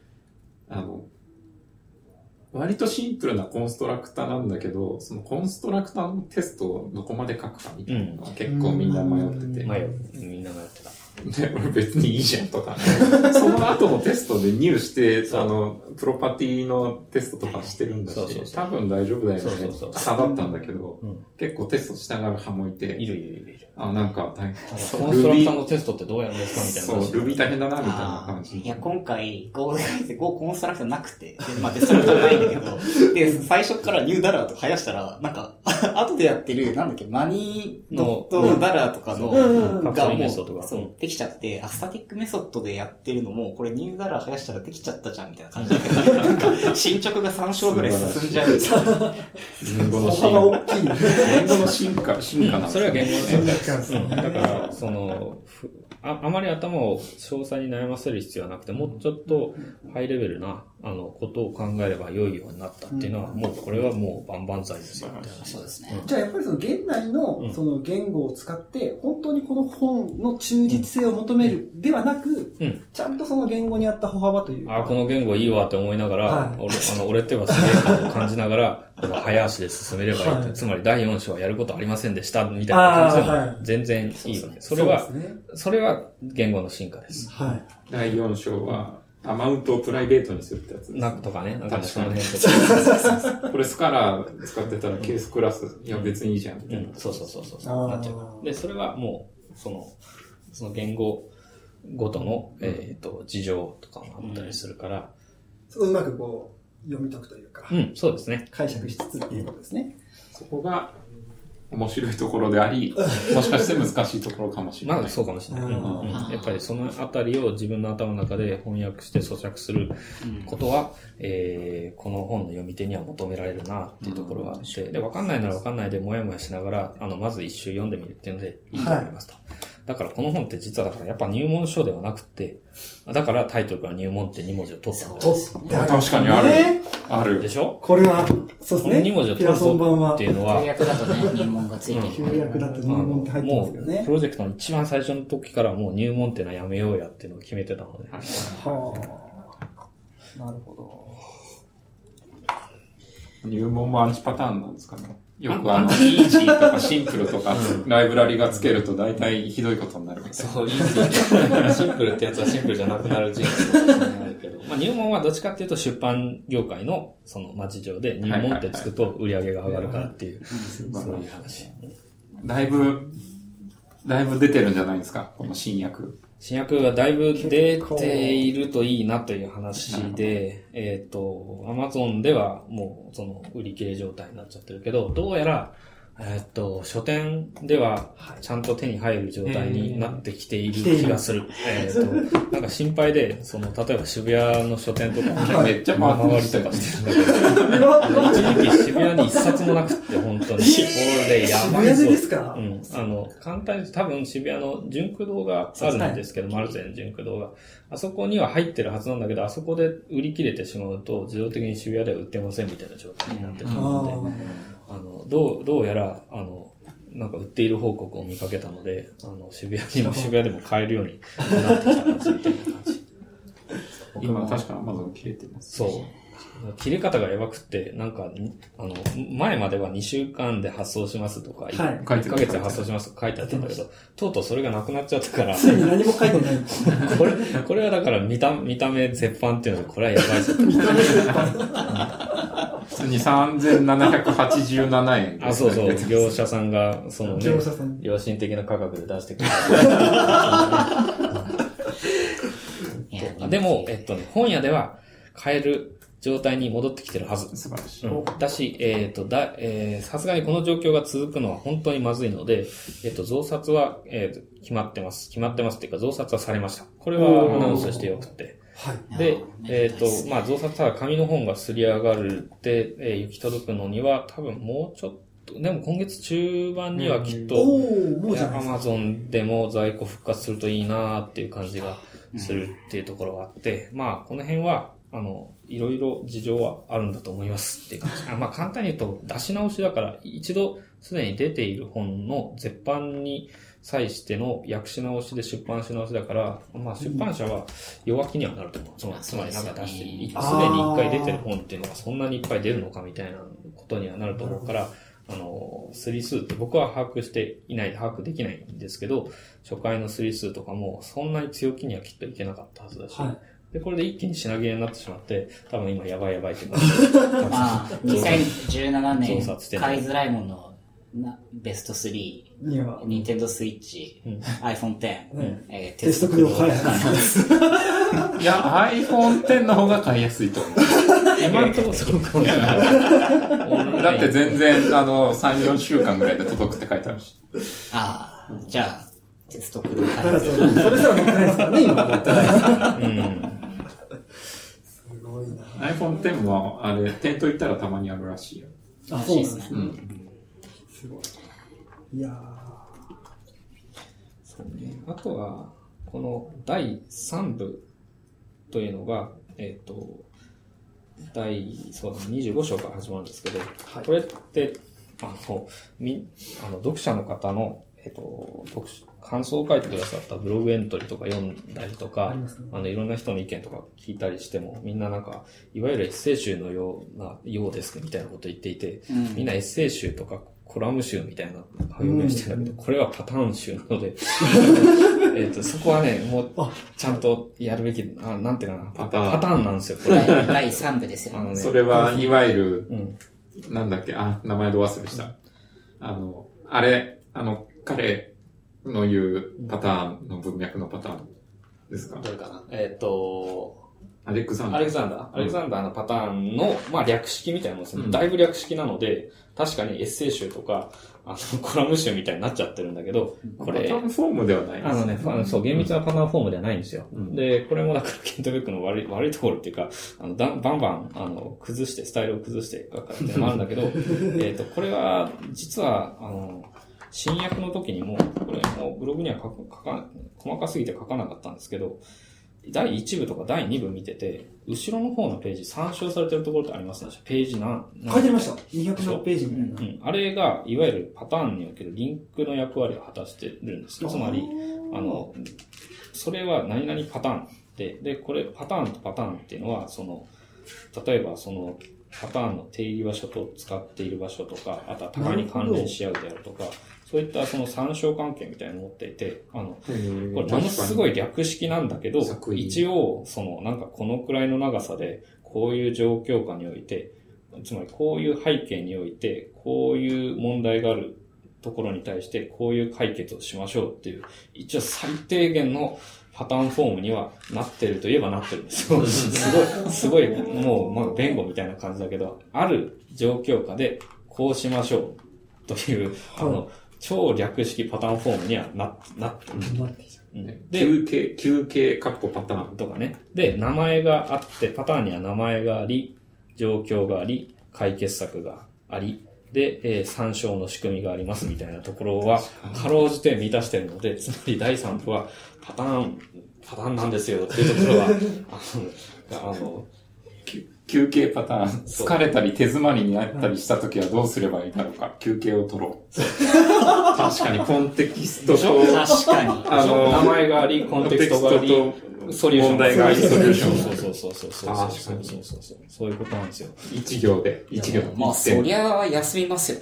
割とシンプルなコンストラクターなんだけど、そのコンストラクターのテストをどこまで書くかみたいなのは結構みんな迷ってて。 みんな迷ってた。 で、俺別にいいじゃんとか、その後のテストで入して、プロパティのテストとかしてるんだし、多分大丈夫だよね。差だったんだけど、結構テストしながら派もいて。 いる。 なんか大変。 コンストラクターのテストってどうやるんですかみたいな。 そう、Ruby 大変だな、みたいな感じ。 いや、今回、Go コンストラクターなくて、それじゃないんだけど、で、最初からニューダラーとか生やしたら、なんか、後でやってる、マニードットダラーとかの、がもう、そう、できちゃって、スタティックメソッドでやってるのも、これニューダラー生やしたらできちゃったじゃん、みたいな感じで、なんか、進捗が3章ぐらい進んじゃう。 言語の進化。言語の進化なんそれは言語の進化。だから、あまり頭を詳細に悩ませる必要はなくて、もうちょっとハイレベルな、ことを考えれば良いようになったっていうのは、もう、これはもう万々歳ですよ、みたいな。 そうですね。 じゃあやっぱり現代の、その言語を使って、本当にこの本の忠実性を求めるではなく、ちゃんとその言語に合った歩幅というか。 この言語いいわって思いながら、俺ってはすげえ感じながら、早足で進めればいいって、つまり第4章はやることありませんでした、みたいな感じでも全然いいわけ。それは言語の進化です。 第4章は、アマウントをプライベートにするってやつです。 とかね。 確かに。これスカラー使ってたらケースクラス、いや別にいいじゃん。 そう。なっちゃう。で、それはもう、その言語ごとの、事情とかもあったりするから。 そこうまく読み解くというか。 そうですね。 解釈しつつっていうことですね。 そこが、 面白いところであり、もしかして難しいところかもしれない。 まあそうかもしれない。やっぱりそのあたりを自分の頭の中で翻訳して咀嚼することは、この本の読み手には求められるなっていうところがあって、で、わかんないならわかんないでもやもやしながら、まず一周読んでみるっていうのでいいと思いますと。だからこの本って実はだからやっぱ入門書ではなくて、だからタイトルから入門って2文字を取ったんです。 確かにある。ある。 でしょ？ これは、そうですね。 この2文字を取るぞっていうのは、 旧約だとね、入門がついてる。 旧約だと入門って入ってますけどね。 もう、プロジェクトの一番最初の時からもう入門っていうのはやめようやっていうのを決めてたので。 はあ。なるほど。 入門もアンチパターンなんですかね。よくイージーとかシンプルとか、ライブラリがつけると大体ひどいことになるみたいな。 そう、イージー。シンプルってやつはシンプルじゃなくなる人物になるけど。まあ入門はどっちかっていうと出版業界のその事情で入門ってつくと売り上げが上がるからっていう、そういう話。 だいぶ出てるんじゃないですか、この新訳。 新訳がだいぶ出ているといいなという話で、Amazon ではもうその売り切れ状態になっちゃってるけど、どうやら、書店ではちゃんと手に入る状態になってきている気がする。なんか心配で、例えば渋谷の書店とか、 めっちゃ回りとかしてるんだけど、一時期渋谷に一冊もなくって、本当に。これやばいぞ。 渋谷ですか？ 簡単に多分渋谷の純駆動があるんですけど、マルゼン純駆動が。あそこには入ってるはずなんだけど、あそこで売り切れてしまうと、自動的に渋谷では売ってませんみたいな状態になってしまうので、どうやら、なんか売っている報告を見かけたので、渋谷でも買えるようになってきた感じみたいな感じ。 今確か Amazon 切れてます。 そう。切れ方がやばくって、なんか、前までは2週間で発送しますとか、1ヶ月で発送しますとか書いてあったんだけど、とうとうそれがなくなっちゃったから。 ついに何も書いてない。 これはだから見た目絶版っていうので、これはやばいぞ。 見た目絶版。 普通に3787円。 そうそう。業者さんが、良心的な価格で出してくれる。でも、本屋では買える状態に戻ってきてるはず。 素晴らしい。 だし、さすがにこの状況が続くのは本当にまずいので、増刷は、決まってます。決まってますっていうか、増刷はされました。これはアナウンスしてよくて。 はい。 で、増刷は紙の本がすり上がるって、行き届くのには多分もうちょっと、でも今月中盤にはきっと、Amazon でも在庫復活するといいなーっていう感じがするっていうところがあって、まあ、この辺は、いろいろ事情はあるんだと思いますっていう感じ。まあ、簡単に言うと、出し直しだから、一度すでに出ている本の絶版に際しての訳し直しで出版し直しだから、まあ、出版社は弱気にはなると思う。つまりなんか出して、すでに一回出てる本っていうのがそんなにいっぱい出るのかみたいなことにはなると思うから、スリ数って僕は把握できないんですけど、初回のスリ数とかもそんなに強気にはきっといけなかったはずだし、で、これで一気に品切れになってしまって、多分今やばいって感じ。 まあ、2017年、買いづらいものベスト3、ニンテンドースイッチ、iPhone X、 テスト駆動開発。いや、iPhone X の方が買いやすいと思う。 今のところそうかもしれない。 だって全然、3、4週間ぐらいで届くって書いてあるし。 じゃあ、テスト駆動開発。 それすら持ってないですからね、今持ってない。すごいな。 iPhone X は、店頭行ったらたまにあるらしいよ。 そうなんですね。すごい。いやそうね。あとは、この第3部というのが、25章から始まるんですけど、これって、読者の方の、感想を書いてくださったブログエントリーとか読んだりとか、いろんな人の意見とか聞いたりしても、みんななんか、いわゆるエッセイ集のようですみたいなことを言っていて、みんなエッセイ集とかコラム集みたいな表現してるんだけど、これはパターン集なので、そこはね、もう、ちゃんとやるべき、なんていうかな、パターンなんですよ、これ。 第3部ですよね。 それは、いわゆる、なんだっけ、名前ど忘れした。彼の言うパターンの文脈のパターンですか？ どれかなアレクザンダーのパターンの、まあ略式みたいなもんですね。だいぶ略式なので、確かにエッセイ集とか、コラム集みたいになっちゃってるんだけど、 これ。パターンフォームではないですね。そう、厳密なパターンフォームではないんですよ。で、これもだからケント・ベックの悪いところっていうか、バンバン、崩して、スタイルを崩して書かれてるのもあるんだけど、これは、実は、新訳の時にも、これもブログには細かすぎて書かなかったんですけど、第1部とか第2部見てて、後ろの方のページ参照されてるところってありますね。ページ書いてました。200何ページみたいな。 あれが、いわゆるパターンにおけるリンクの役割を果たしてるんです。つまり、それは何々パターンで、これ、パターンとパターンっていうのは、例えばパターンの定義場所と使っている場所とか、あとは互いに関連し合うであるとか、そういった参照関係みたいなのを持っていて、これものすごい略式なんだけど、一応、なんかこのくらいの長さで、こういう状況下において、つまりこういう背景において、こういう問題があるところに対して、こういう解決をしましょうっていう、一応最低限のパターンフォームにはなってるといえばなってるんですよ。すごい、もう、まあ、弁護みたいな感じだけど、ある状況下で、こうしましょうという、超略式パターンフォームにはなってる。 で、休憩カッコパターンとかね。で、名前があって、パターンには名前があり、状況があり、解決策があり、で、参照の仕組みがありますみたいなところは、かろうじて満たしているので、つまり第3部は、パターンなんですよっていうところは、 休憩パターン。疲れたり手詰まりになったりしたときはどうすればいいだろうか。休憩を取ろう。確かにコンテキストと、 確かに。 名前があり、コンテキストがあり、ソリューション。 問題があり、ソリューション。 そういうことなんですよ。 一行で。 まあ、そりゃ休みますよ。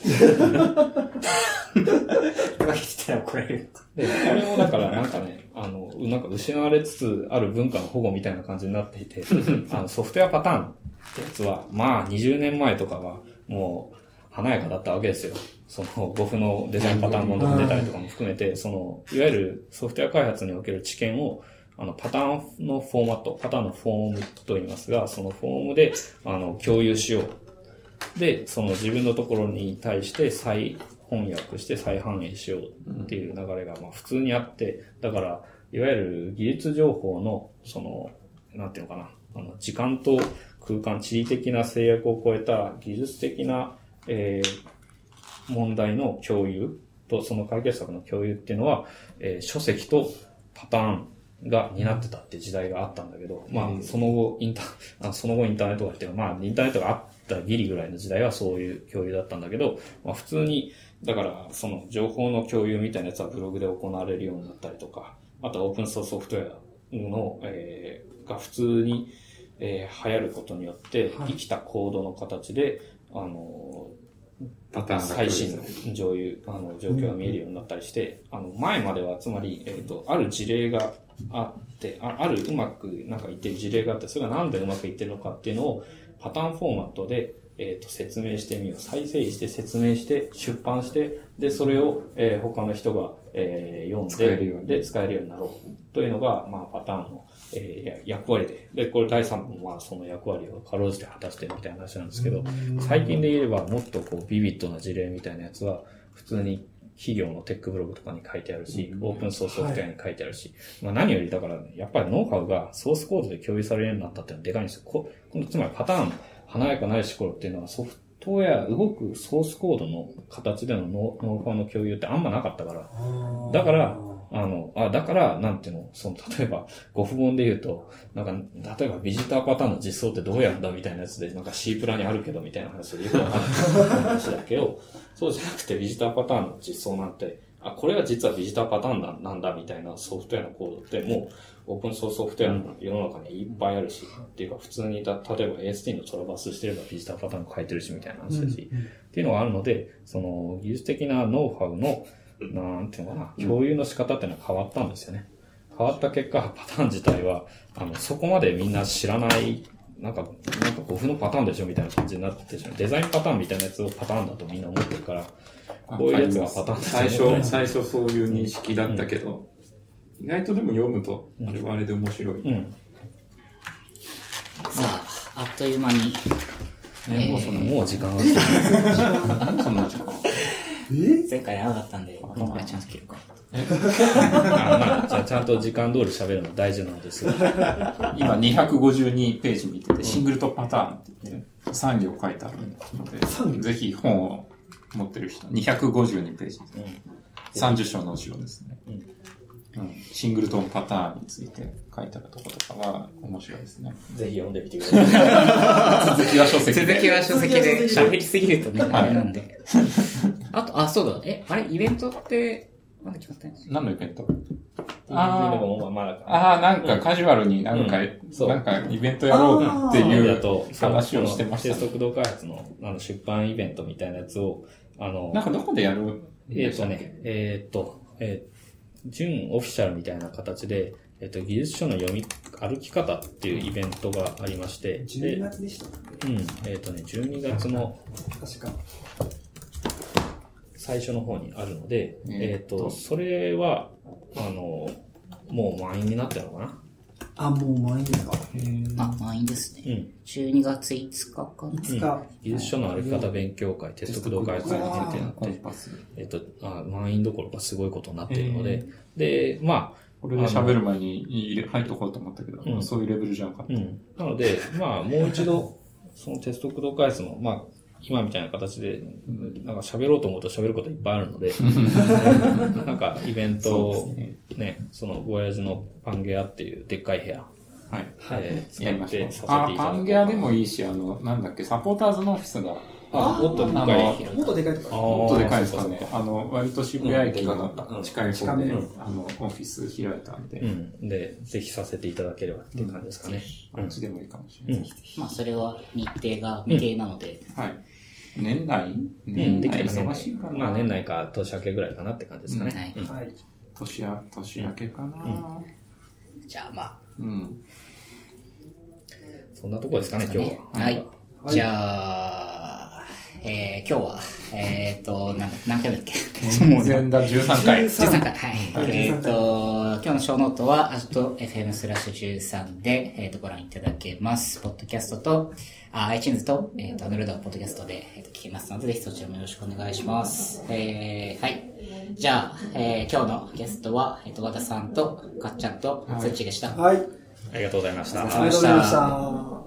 これもだからなんかね、なんか失われつつある文化の保護みたいな感じになっていて、ソフトウェアパターンってやつは、まあ20年前とかはもう華やかだったわけですよ。ゴフのデザインパターン本が出たりとかも含めて、いわゆるソフトウェア開発における知見を、パターンのフォーマット、パターンのフォームと言いますが、そのフォームで、共有しよう。で、自分のところに対して再翻訳して再反映しようっていう流れが、まあ普通にあって、だから、いわゆる技術情報の、なんていうのかな、時間と空間、地理的な制約を超えた技術的な、問題の共有とその解決策の共有っていうのは、書籍とパターンが担ってたって時代があったんだけど、まあ、その後インターネットがっていうか、まあ、インターネットがあったギリぐらいの時代はそういう共有だったんだけど、まあ、普通に、だから、情報の共有みたいなやつはブログで行われるようになったりとか、あとはオープンソースソフトウェアの、が普通に、流行ることによって、生きたコードの形で、 パターン最新の状況が見えるようになったりして、前まではつまり、ある事例があって、あるうまくなんかいってる事例があって、それがなんでうまくいってるのかっていうのをパターンフォーマットで、説明してみよう。再整理して説明して出版して、で、それを、他の人が、読んで、使えるようになろう。というのが、まあ、パターンの、役割で。で、これ第3部もまあ、その役割をかろうじて果たしてるみたいな話なんですけど、最近で言えばもっとこう、ビビッドな事例みたいなやつは、普通に企業のテックブログとかに書いてあるし、オープンソースソフトウェアに書いてあるし、まあ何よりだから、やっぱりノウハウがソースコードで共有されるようになったっていうのはでかいんですよ。つまりパターン、華やかなるし頃っていうのはソフトウェア、動くソースコードの形でのノウハウの共有ってあんまなかったから、だから、なんていうの、例えば、ご不問で言うと、なんか、例えばビジターパターンの実装ってどうやんだみたいなやつで、なんか C プラにあるけどみたいな話でよくわかんない話だけど、そうじゃなくてビジターパターンの実装なんて、これは実はビジターパターンなんだみたいなソフトウェアのコードってもうオープンソースソフトウェアの世の中にいっぱいあるし、っていうか普通に例えば AST のトラバースしてればビジターパターン書いてるしみたいな話だし、っていうのがあるので、技術的なノウハウのなんていうのかな、共有の仕方っていうのは変わったんですよね。変わった結果、パターン自体は、そこまでみんな知らない、なんか5分のパターンでしょみたいな感じになってしまう。デザインパターンみたいなやつをパターンだとみんな思ってるから、こういうやつがパターンだと最初そういう認識だったけど、意外とでも読むと、あれはあれで面白い。 あっという間に。 もう時間がそんな時間。 前回長かったんで、今回ちゃんと切るか。 じゃあちゃんと時間通り喋るの大事なんですよ。 今252ページ見てて、シングルとパターンって言って、3行書いてあるので、ぜひ本を持ってる人、252ページ。30章の後ろですね。シングルトンパターンについて書いてあるところとかは面白いですね。 ぜひ読んでみてください。続きは書籍で。 続きは書籍で喋りすぎるとね、あれなんで。あと、そうだ。あれ、イベントって、まだ決まってないんですか？ 何のイベント？ なんかカジュアルになんかイベントやろうっていう話をしてました。 テスト駆動開発の出版イベントみたいなやつを、 なんかどこでやる？ 準オフィシャルみたいな形で、技術書の歩き方っていうイベントがありまして。 12月でしたっけ ？12月の、 確か。 最初の方にあるので、それは、もう満員になってるのかな？ もう満員ですか？ 満員ですね。12月5日かな。 5日。 技術書の歩き方勉強会、テスト駆動開発に限定になって、満員どころかすごいことになっているので、で、 これで喋る前に入っとこうと思ったけど、そういうレベルじゃなかった。 なので、もう一度、そのテスト駆動開発の、今みたいな形で、なんか喋ろうと思うと喋ることいっぱいあるので、なんかイベントをね、そのゴヤジのパンゲアっていうでっかい部屋、 やりましょう。パンゲアでもいいし、なんだっけ、サポーターズのオフィスが、 もっとでかい。 もっとでかいとか。 もっとでかいですかね。割と渋谷駅が近い方で、オフィス開いたんで。 で、ぜひさせていただければっていう感じですかね。 あっちでもいいかもしれない。 それは日程が未定なので。 はい。年内できれば忙しいかな。年内か年明けぐらいかなって感じですかね。 はい。 年明けかな。 じゃあそんなとこですかね、今日は。 はい。じゃあ、今日は、何回だっけ？ 前段13回。 13回。はい。今日のショーノートは、@fm/13 で、ご覧いただけます。ポッドキャストと、iTunes と、Android のポッドキャストで、聞けますので、ぜひそちらもよろしくお願いします。はい。じゃあ、今日のゲストは、和田さんと、かっちゃんと、つっちでした。 はい。 ありがとうございました。 ありがとうございました。